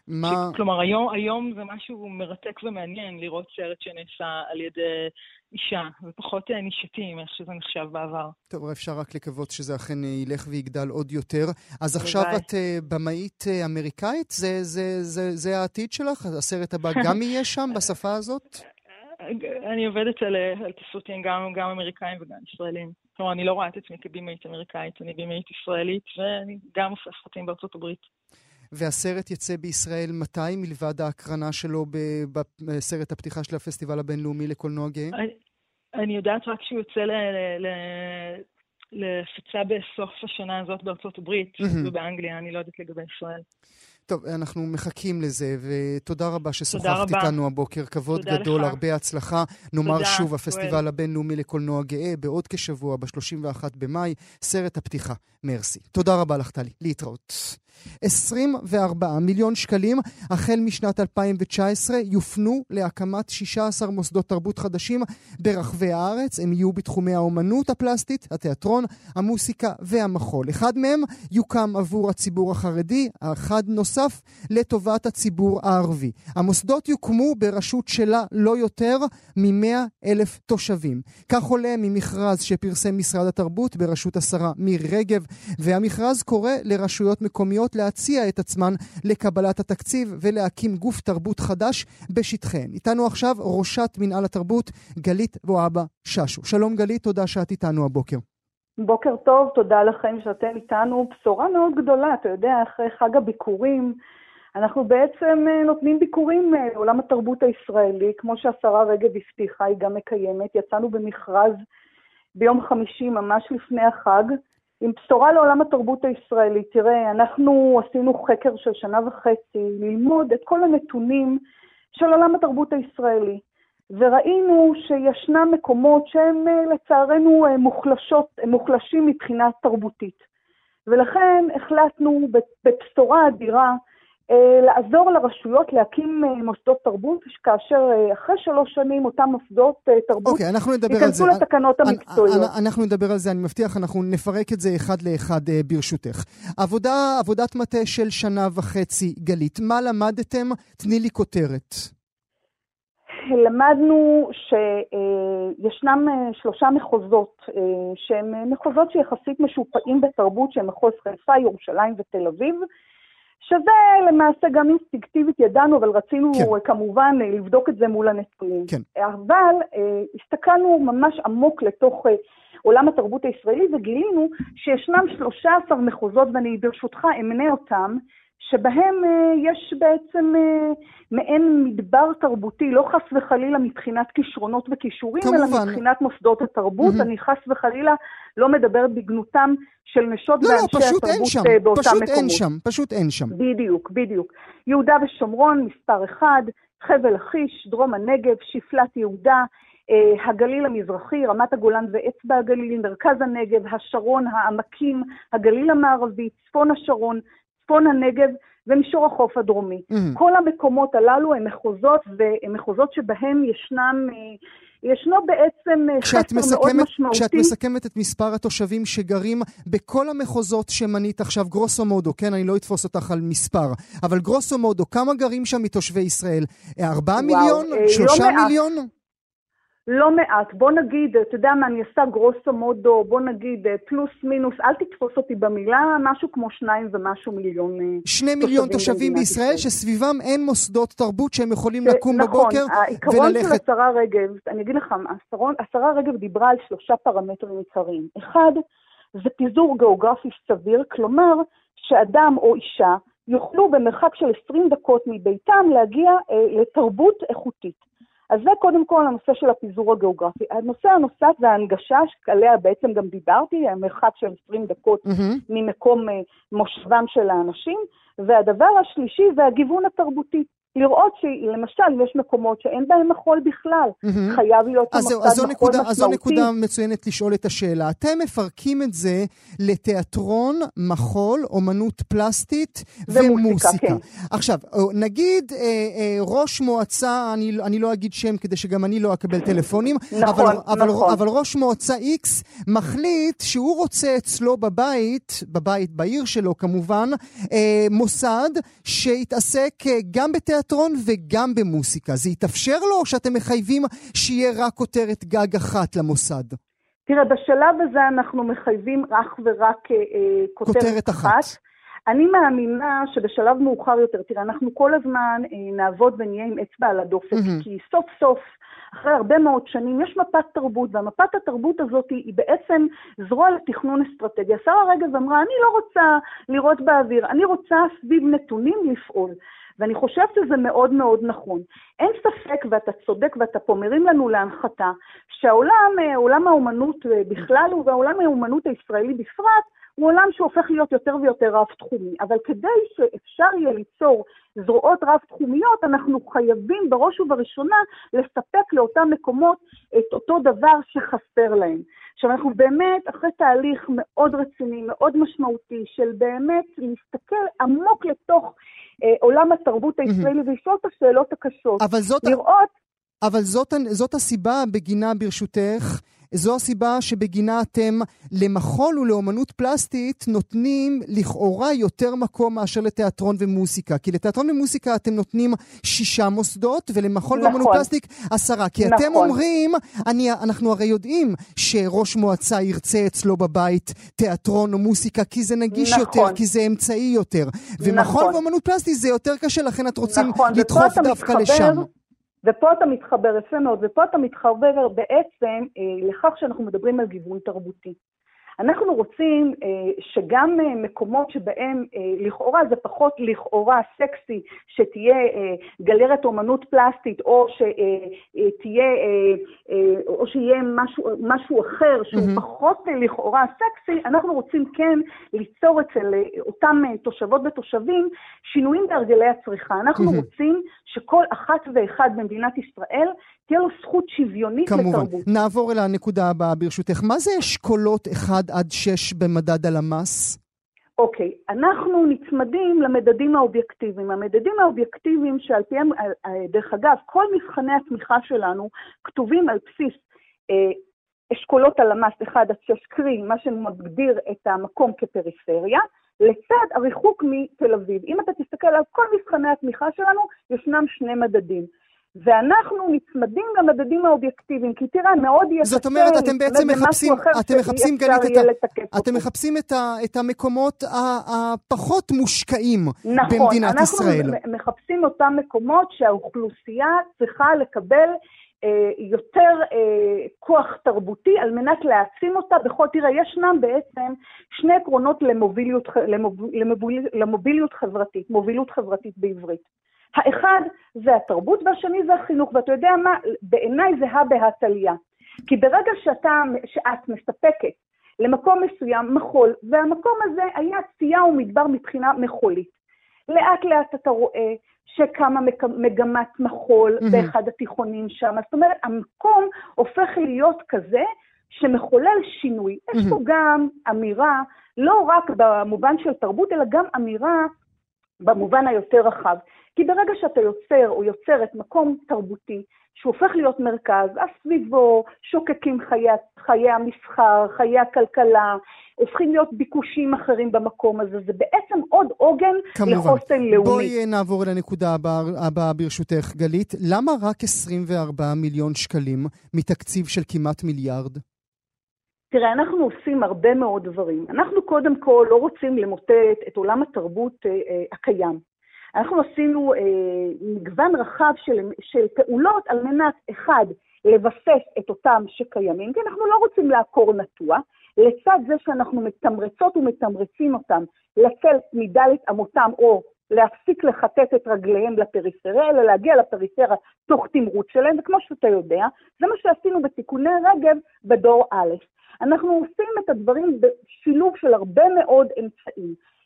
מה... כלומר, היום, היום זה משהו מרתק ומעניין לראות סרט שנעשה על ידי אישה, ופחות נישתי, איך שזה נחשב בעבר. טוב, אפשר רק לקוות שזה אכן ילך ויגדל עוד יותר. אז עכשיו את uh, במאית uh, אמריקאית? זה, זה, זה, זה העתיד שלך? הסרט הבא גם יהיה שם בשפה הזאת? אני עובדת על, על תסריטים גם, גם אמריקאים וגם ישראלים. כלומר, אני לא רואה את עצמי כבימאית אמריקאית, אני בימאית ישראלית, ואני גם עושה סרטים בארצות הברית. והסרט יצא בישראל מתי, מלבד ההקרנה שלו בסרט הפתיחה של הפסטיבל הבינלאומי לקולנוע גאה? אני, אני יודעת רק שהוא יוצא ל, ל, ל, לפצה בסוף השנה הזאת בארצות הברית, mm-hmm. ובאנגליה, אני לא יודעת לגבי ישראל. טוב, אנחנו מחכים לזה, ותודה רבה ששוחחת איתנו הבוקר. כבוד גדול, לך. הרבה הצלחה. נאמר תודה, שוב, הפסטיבל well. הבינלאומי לקולנוע גאה, בעוד כשבוע, ב-שלושים ואחד במאי, סרט הפתיחה, מרסי. תודה רבה לך, טלי. להתראות. עשרים וארבעה מיליון שקלים, החל משנת אלפיים תשע עשרה, יופנו להקמת שישה עשר מוסדות תרבות חדשים ברחבי הארץ. הם יהיו בתחומי האומנות הפלסטית, התיאטרון, המוסיקה והמחול. אחד מהם יוקם עבור הציבור החרדי, אחד נוסף לטובת הציבור הערבי. המוסדות יוקמו ברשות שלה לא יותר מ-מאה אלף תושבים. כך עולה ממכרז שפרסם משרד התרבות בראשות השרה מירי רגב, והמכרז קורא לרשויות מקומיות להציע את עצמן לקבלת התקציב ולהקים גוף תרבות חדש בשטחן. איתנו עכשיו ראשת מנהל התרבות גלית ואבא ששו. שלום גלית, תודה שאת איתנו הבוקר. בוקר טוב, תודה לכם שאתם איתנו. בשורה מאוד גדולה, אתה יודע, אחרי חג הביקורים, אנחנו בעצם נותנים ביקורים לעולם התרבות הישראלי, כמו שהשרה רגב הבטיחה, היא גם מקיימת. יצאנו במכרז ביום חמישי, ממש לפני החג, עם בשורה לעולם התרבות הישראלי. תראה, אנחנו עשינו חקר של שנה וחצי, ללמוד את כל הנתונים של עולם התרבות הישראלי. וראינו שישנם מקומות שהם לצערנו מוחלשות, מוחלשים מבחינה תרבותית. ולכן החלטנו בבשורה אדירה לעזור לרשויות להקים מוסדות תרבות, כאשר אחרי שלוש שנים אותם מוסדות תרבות ייכנסו לתקנות המקצועיות. אנחנו נדבר על זה, אני מבטיח, אנחנו נפרק את זה אחד לאחד ברשותך. עבודה, עבודת מטה של שנה וחצי, גלית, מה למדתם? תני לי כותרת. למדנו שישנם שלושה מחוזות שהם מחוזות שיחסית משופעים בתרבות, שהם מחוז חיפה, ירושלים ותל אביב, שזה למעשה גם אינסטינקטיבית ידענו, אבל רצינו כן. כמובן לבדוק את זה מול הנתונים. כן. אבל הסתכלנו ממש עמוק לתוך עולם התרבות הישראלי, וגילינו שישנם שלושה עשר מחוזות, ואני ברשותך אמנה אותם, שבהם יש בעצם מעין מדבר תרבותי, לא חס וחלילה מבחינת כישרונות וכישורים, אלא מבחינת מוסדות התרבות. Mm-hmm. אני חס וחלילה לא מדברת בגנותם של נשות לא, ואנשי לא, פשוט התרבות שם, באותם פשוט מקומות. אין שם, פשוט אין שם. בדיוק, בדיוק. יהודה ושומרון, מספר אחד, חבל לכיש, דרום הנגב, שפלת יהודה, אה, הגליל המזרחי, רמת הגולן ואצבע הגליל, מרכז הנגב, השרון, העמקים, הגליל המערבי, צפון השרון, צפון הנגב ומישור החוף הדרומי. Mm-hmm. כל המקומות הללו הם מחוזות, והם מחוזות שבהם ישנם, ישנו בעצם חסר מאוד משמעותי. כשאת מסכמת את מספר התושבים שגרים בכל המחוזות שמנית עכשיו, גרוסו מודו, כן, אני לא אתפוס אותך על מספר, אבל גרוסו מודו, כמה גרים שם מתושבי ישראל? ארבעה מיליון? שלושה לא מיליון? לא מעט. בוא נגיד, אתה יודע מה, אני אעשה גרוסו מודו, בוא נגיד פלוס מינוס, אל תתפוס אותי במילה, משהו כמו שניים ומשהו מיליון שני מיליון תושבים בישראל, שסביבם אין מוסדות תרבות שהם יכולים לקום בבוקר וללכת. נכון, העיקרון של השרה רגב, אני אגיד לך, השרה רגב דיברה על שלושה פרמטרים עיקריים. אחד, זה פיזור גיאוגרפי סביר, כלומר, שאדם או אישה יוכלו במרחק של עשרים דקות מביתם להגיע אה, לתרבות איכותית. אז זה קודם כל הנושא של הפיזור הגיאוגרפי. הנושא הנוסף זה ההנגשה, שעליה בעצם גם דיברתי, המרחק של עשרים דקות mm-hmm. ממקום מושבם של האנשים, והדבר השלישי זה הגיוון התרבותי. לראות שלמשל יש מקומות שאין בהם מחול בכלל, mm-hmm. חייב להיות אז המוסד אז מחול נקודה, משמעותי. אז זו נקודה מצוינת לשאול את השאלה. אתם מפרקים את זה לתיאטרון, מחול, אומנות פלסטית ומוסיקה. כן. עכשיו, נגיד אה, אה, ראש מועצה, אני, אני לא אגיד שם כדי שגם אני לא אקבל טלפונים, נכון, אבל, אבל, נכון. אבל ראש מועצה X מחליט שהוא רוצה אצלו בבית, בבית, בעיר שלו כמובן, אה, מוסד שהתעסק גם בתיאטרון וגם במוסיקה. זה יתאפשר לו או שאתם מחייבים שיהיה רק כותרת גג אחת למוסד? תראה, בשלב הזה אנחנו מחייבים אך ורק אה, כותרת, כותרת אחת. אחת. אני מאמינה שבשלב מאוחר יותר, תראה, אנחנו כל הזמן אה, נעבוד ונהיה עם אצבע על הדופק, mm-hmm. כי סוף סוף, אחרי הרבה מאוד שנים, יש מפת תרבות, והמפת התרבות הזאת היא בעצם זרוע לתכנון אסטרטגיה. שרה רגב אמרה, אני לא רוצה לראות באוויר, אני רוצה סביב נתונים לפעול. ואני חושבת שזה מאוד מאוד נכון. אין ספק, ואתה צודק, ואתה פה מרים לנו להנחתה, שהעולם, עולם האומנות בכלל, והעולם האומנות הישראלי בפרט, הוא עולם שהופך להיות יותר ויותר רב-תחומי. אבל כדי שאפשר יהיה ליצור זרועות רב-תחומיות, אנחנו חייבים בראש ובראשונה לספק לאותם מקומות את אותו דבר שחסר להם. עכשיו, אנחנו באמת אחרי תהליך מאוד רציני, מאוד משמעותי, של באמת להסתכל עמוק לתוך אה, עולם התרבות הישראלי, mm-hmm. ולשאול את השאלות הקשות. אבל זאת, לראות... אבל זאת, זאת הסיבה בגינה ברשותך, זו הסיבה שבגינה אתם למחול ולאומנות פלסטית נותנים לכאורה יותר מקום מאשר לתיאטרון ומוסיקה. כי לתיאטרון ומוסיקה אתם נותנים שישה מוסדות, ולמחול נכון. ואומנות פלסטיק עשרה. כי נכון. אתם אומרים, אני, אנחנו הרי יודעים שראש מועצה ירצה אצלו בבית תיאטרון או מוסיקה, כי זה נגיש נכון. יותר, כי זה אמצעי יותר. ומחול נכון. ואומנות פלסטית זה יותר קשה, לכן את רוצים נכון. לדחוף דווקא מתחבר... לשם. ופה אתה מתחבר יפה מאוד, ופה אתה מתחבר בעצם אה, לכך שאנחנו מדברים על גיוון תרבותי. אנחנו רוצים אה, שגם אה, מקומות שבהם אה, לכאורה זה פחות לכאורה סקסי, שתהיה אה, גלריית אומנות פלסטית, או שתהיה אה, אה, או שיהיה משהו, משהו אחר שהוא mm-hmm. פחות אה, לכאורה סקסי, אנחנו רוצים כן ליצור אצל אה, אותם אה, תושבות ותושבים שינויים בהרגלי הצריכה. אנחנו mm-hmm. רוצים שכל אחת ואחד במדינת ישראל תהיה לו זכות שוויונית כמובן. לתרבות. כמובן. נעבור אל הנקודה הבאה ברשותך. מה זה אשכולות אחד עד שש במדד הלמ"ס? אוקיי, אנחנו נצמדים למדדים האובייקטיביים. המדדים האובייקטיביים שעל פיהם, דרך אגב, כל מבחני התמיכה שלנו כתובים על בסיס אה, אשכולות הלמ"ס אחד עד שש, קרי, מה שמגדיר את המקום כפריפריה, לצד הריחוק מתל אביב. אם אתה תסתכל על כל מבחני התמיכה שלנו, ישנם שני מדדים. ואנחנו נצמדים למדדים האובייקטיביים, כי תראה, מאוד יהיה... זאת אומרת, אתם בעצם מחפשים, אתם מחפשים גלית את ה... אתם מחפשים את המקומות הפחות מושקעים במדינת ישראל. נכון, אנחנו מחפשים אותם מקומות שהאוכלוסייה צריכה לקבל יותר כוח תרבותי על מנת להעצים אותה. בכל תראה, ישנם בעצם שני עקרונות למוביליות, למוביליות חברתית, מובילות חברתית בעברית. האחד זה התרבות והשני זה החינוך, ואתה יודע מה, בעיניי זה הבאת עלייה. כי ברגע שאתה, שאת מספקת למקום מסוים מחול, והמקום הזה היה צייה ומדבר מבחינה מחולית. לאט לאט אתה רואה שקמה מגמת מחול mm-hmm. באחד התיכונים שם, זאת אומרת, המקום הופך להיות כזה שמחולל שינוי. Mm-hmm. יש פה גם אמירה, לא רק במובן של תרבות, אלא גם אמירה במובן היותר רחב. כי ברגע שאתה יוצר או יוצרת מקום תרבותי, שהוא הופך להיות מרכז, הסביבו, שוקקים חיי, חיי המסחר, חיי הכלכלה, הופכים להיות ביקושים אחרים במקום הזה, זה בעצם עוד עוגן לחוסן לאומי. בואי נעבור לנקודה הבאה, הבאה ברשותך, גלית. למה רק עשרים וארבעה מיליון שקלים מתקציב של כמעט מיליארד? תראה, אנחנו עושים הרבה מאוד דברים. אנחנו קודם כל לא רוצים למוטט את עולם התרבות אה, אה, הקיים. אנחנו עשינו אה, מגוון רחב של, של פעולות על מנת, אחד, לבסס את אותם שקיימים, כי אנחנו לא רוצים לעקור נטוע, לצד זה שאנחנו מתמרצות ומתמרצים אותם לצל מדלת עמותם, או להפסיק לחטט את רגליהם לפריפריה, אלא להגיע לפריפריה תוך תמרוץ שלהם, וכמו שאתה יודע, זה מה שעשינו בתיקוני רגב בדור א'. אנחנו עושים את הדברים בשילוב של הרבה מאוד אמצעים.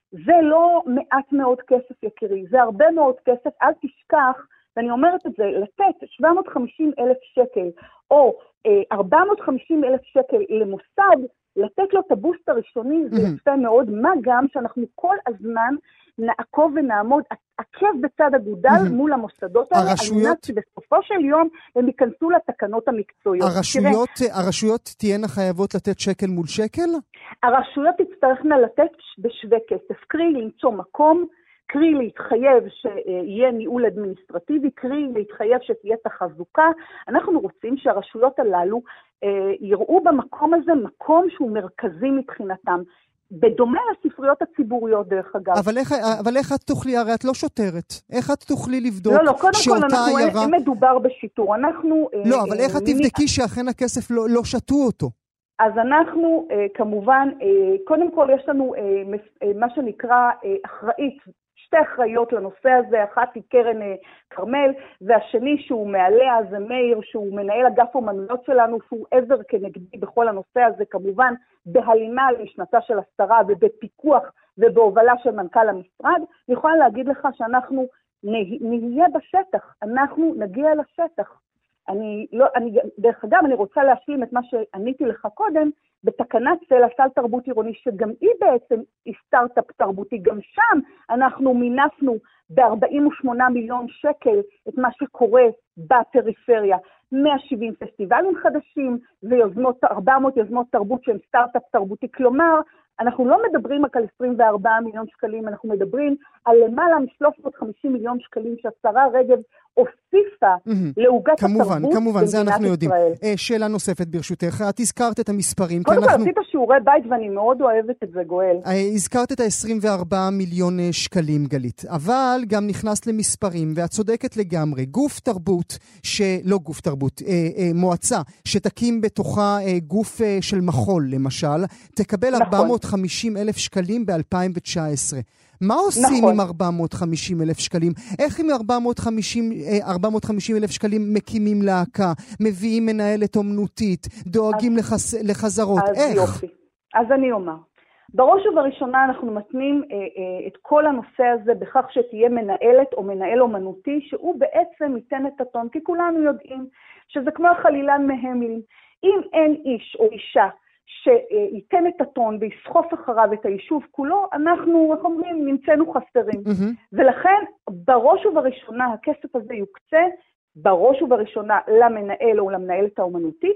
זה לא מעט מאוד כסף יקירי, זה הרבה מאוד כסף, אל תשכח, ואני אומרת את זה, לתת שבע מאות וחמישים אלף שקל, או אה, ארבע מאות וחמישים אלף שקל למוסד, לתת לו את הבוסט הראשוני, זה יפה מאוד, מה גם שאנחנו כל הזמן נעקוב ונעמוד, עקב בצד אגודל מול המוסדות האלה, על מנת שבסופו של יום הם ייכנסו לתקנות המקצועיות. הרשויות, הרשויות תהיינה חייבות לתת שקל מול שקל? הרשויות תצטרכנה לתת בשווה כסף, קרי למצוא מקום, קרי להתחייב שיהיה ניהול אדמיניסטרטיבי, קרי להתחייב שתהיה תחזוקה. אנחנו רוצים שהרשויות הללו אה, יראו במקום הזה מקום שהוא מרכזי מבחינתם, בדומה לספריות הציבוריות דרך אגב. אבל איך, אבל איך את תוכלי, הרי את לא שוטרת, איך את תוכלי לבדוק לא, לא, קודם כל אנחנו עיירה... אין מדובר בשיטור, אנחנו... לא, אה, אבל אה, איך את תבדקי שאכן הכסף לא, לא שתו אותו? אז אנחנו אה, כמובן, אה, קודם כל יש לנו אה, אה, מה שנקרא אה, אחראית, שתי אחראיות לנושא הזה, אחת היא קרן אה, קרמל, והשני שהוא מעליה זה מאיר, שהוא מנהל אגף אומנויות שלנו, שהוא עזר כנגדי בכל הנושא הזה, כמובן בהלימה למשנתה של השרה ובפיקוח ובהובלה של מנכ"ל המשרד. אני יכולה להגיד לך שאנחנו נהיה בשטח, אנחנו נגיע לשטח. אני לא, אני, דרך אגב, אני רוצה להשלים את מה שעניתי לך קודם, בתקנת סלע, סל תרבות עירוני, שגם היא בעצם היא סטארט-אפ תרבותי, גם שם אנחנו מינפנו ב-ארבעים ושמונה מיליון שקל את מה שקורה בפריפריה, מאה ושבעים פסטיבלים חדשים ויוזמות, ארבע מאות יוזמות תרבות שהן סטארט-אפ תרבותי, כלומר, אנחנו לא מדברים רק על עשרים וארבעה מיליון שקלים, אנחנו מדברים על למעלה מ-שלוש מאות וחמישים מיליון שקלים שהשרה רגב הוסיפה לעוגת התרבות כמובן, כמובן, זה אנחנו יודעים. שאלה נוספת ברשותך, את הזכרת את המספרים. קודם כל עשית שיעורי בית ואני מאוד אוהבת את זה, גואל. הזכרת את ה-עשרים וארבעה מיליון שקלים, גלית, אבל גם נכנס למספרים, ואת צודקת לגמרי, גוף תרבות, שלא גוף תרבות, מועצה, שתקים בתוכה גוף של מחול, למשל, תקבל ארבע מאות וחמישים אלף שקלים ב-אלפיים תשע עשרה. מה עושים נכון. עם ארבע מאות וחמישים אלף שקלים? איך עם ארבע מאות וחמישים אלף שקלים מקימים להקה, מביאים מנהלת אומנותית, דואגים אז, לחז, לחזרות? אז איך? יופי. אז אני אומר. בראש ובראשונה אנחנו מתנים אה, אה, את כל הנושא הזה בכך שתהיה מנהלת או מנהל אומנותי, שהוא בעצם ייתן את הטון, כי כולנו יודעים שזה כמו החלילן מהמלין. אם אין איש או אישה, שייתן את הטון ויסחוף אחריו את היישוב כולו, אנחנו, איך אומרים, נמצאנו חסרים. Mm-hmm. ולכן, בראש ובראשונה, הכסף הזה יוקצה, בראש ובראשונה למנהל או למנהלת האומנותית,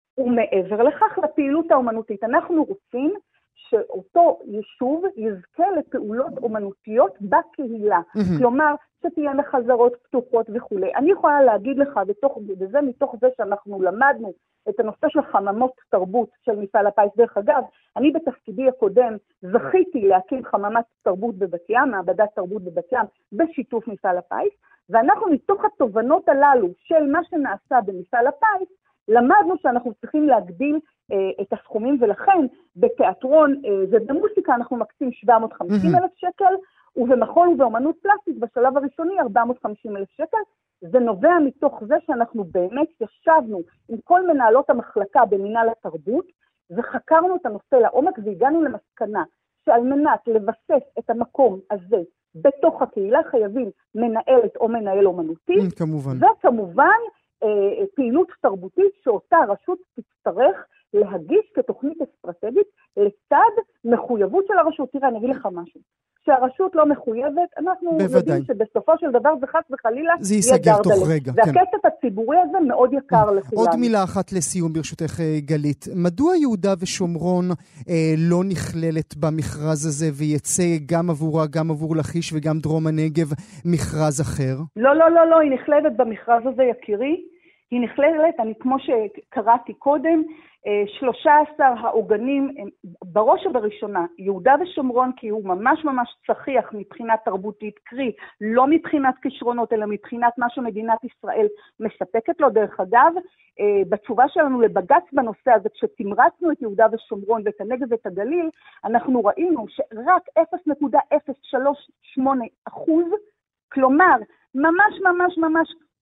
ומעבר לכך לפעילות האומנותית. אנחנו רוצים שאותו יישוב יזכה לפעולות אומנותיות בקהילה. Mm-hmm. כלומר, שתהיינה חזרות פתוחות וכו'. אני יכולה להגיד לך, בתוך, וזה מתוך זה שאנחנו למדנו, את הנושא של חממות תרבות של מפעל הפיס. דרך אגב, אני בתפקידי הקודם זכיתי להקים חממת תרבות בבת ים, מעבדת תרבות בבת ים, בשיתוף מפעל הפיס, ואנחנו מתוך התובנות הללו של מה שנעשה במפעל הפיס, למדנו שאנחנו צריכים להגדיל אה, את הסכומים, ולכן בתיאטרון אה, ובמוסיקה אנחנו מקצים שבע מאות וחמישים אלף שקל, ובמחול ובאמנות פלסטית בשלב הראשוני ארבע מאות וחמישים אלף שקל. זה נובע מתוך זה שאנחנו באמת ישבנו עם כל מנהלות המחלקה במינהל התרבות, וחקרנו את הנושא לעומק, והגענו למסקנה שעל מנת לבסס את המקום הזה בתוך הקהילה, חייבים מנהלת או מנהל אומנותי, כמובן. וכמובן אה, פעילות תרבותית שאותה רשות תצטרך להגיש כתוכנית אסטרטגית לצד מחויבות של הרשות. תראה, אני אגיד לך משהו. כשהרשות לא מחויבת, אנחנו בוודאי. יודעים שבסופו של דבר זה חס וחלילה זה ייסגר תוך רגע. והכסף כן. הציבורי הזה מאוד יקר לכולנו. עוד מילה אחת לסיום ברשותך גלית. מדוע יהודה ושומרון אה, לא נכללת במכרז הזה ויצא גם עבורה, גם עבור לכיש וגם דרום הנגב מכרז אחר? לא, לא, לא, לא, היא נכללת במכרז הזה יקירי. היא נכללת, אני כמו שקראתי קודם, שלושה עשר העוגנים, בראש ובראשונה, יהודה ושומרון, כי הוא ממש ממש צחיח מבחינת תרבותית, קרי, לא מבחינת כישרונות, אלא מבחינת מה שמדינת ישראל מספקת לו. דרך אגב, בתשובה שלנו לבג"ץ בנושא הזה, כשתמרצנו את יהודה ושומרון ואת הנגב ואת הגליל, אנחנו ראינו שרק אפס נקודה אפס שלוש שמונה אחוז, כלומר, ממש ממש ממש, סכום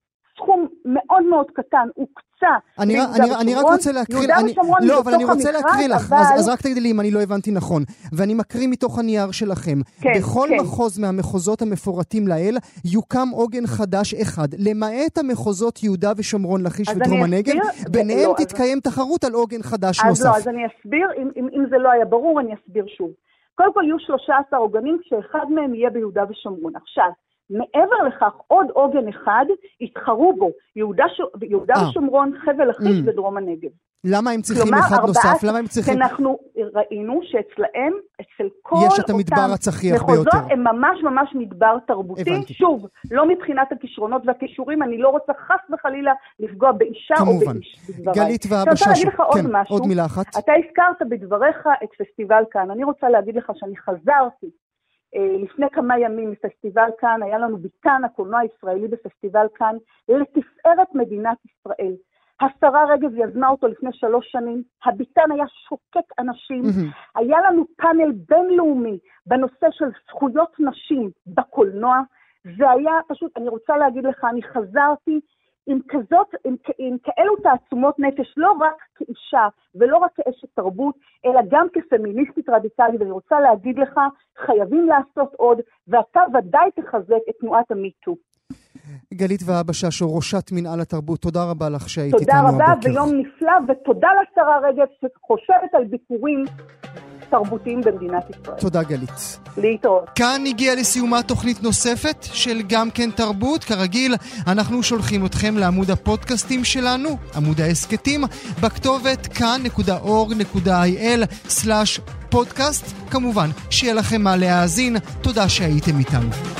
סכום מאוד מאוד קטן, הוא קצה. אני, אני, אני רק רוצה להקריא, אני, לא, אבל אני רוצה להקריא לך, אבל... אז, אז רק תגידי לי אם אני לא הבנתי נכון, ואני מקריא מתוך הנייר שלכם, כן, בכל כן. מחוז מהמחוזות המפורטים לאל, יוקם עוגן חדש אחד, למעט המחוזות יהודה ושומרון, לכיש ודרום הנגב, ביניהם לא, תתקיים אז... תחרות על עוגן חדש אז נוסף. אז לא, אז אני אסביר, אם, אם, אם זה לא היה ברור, אני אסביר שוב. קודם כל יהיו שלושה עשר עוגנים, כשאחד מהם יהיה ביהודה ושומרון. עכשיו, מעבר לכך, עוד עוגן אחד יתחרו בו, יהודה, ש... יהודה ושומרון, חבל לכיש mm. ודרום הנגב. למה הם צריכים אחד נוסף? למה הם צריכים... כי אנחנו ראינו שאצלהם, אצל כל יש את המדבר הצחיח ביותר. מחוזות הם ממש ממש מדבר תרבותי. הבנתי. שוב, לא מבחינת הכישרונות והכישורים, אני לא רוצה חס וחלילה לפגוע באישה כמובן. או באיש. גלית ואבא ששו. אני רוצה להגיד לך כן, עוד משהו. עוד מילה אחת. אתה הזכרת בדבריך את פסטיבל כאן. אני רוצה להגיד לך שאני חזרתי לפני כמה ימים מפסטיבל כאן, היה לנו ביתן הקולנוע הישראלי בפסטיבל כאן, לתפארת מדינת ישראל. השרה רגב יזמה אותו לפני שלוש שנים, הביתן היה שוקק אנשים, mm-hmm. היה לנו פאנל בינלאומי בנושא של זכויות נשים בקולנוע, זה היה פשוט, אני רוצה להגיד לך, אני חזרתי עם כזאת, עם, עם כאלו תעצומות נפש, לא רק כאישה ולא רק כאשת תרבות, אלא גם כפמיניסטית רדיקלית, ואני רוצה להגיד לך, חייבים לעשות עוד, ואתה ודאי תחזק את תנועת המיטו. גלית ואבא ששו, ראשת מנהל התרבות, תודה רבה לך שהיית איתנו הבוקר. הבוקר. תודה רבה ויום נפלא, ותודה לשרה רגב שחושבת על ביקורים תרבותיים במדינת ישראל. תודה גלית. להתראות. כאן הגיעה לסיומה תוכנית נוספת של גם כן תרבות. כרגיל, אנחנו שולחים אתכם לעמוד הפודקאסטים שלנו, עמוד העסקתים, בכתובת כאן נקודה אורג נקודה איי אל סלש פודקאסט. כמובן, שיהיה לכם מה להאזין. תודה שהייתם איתנו.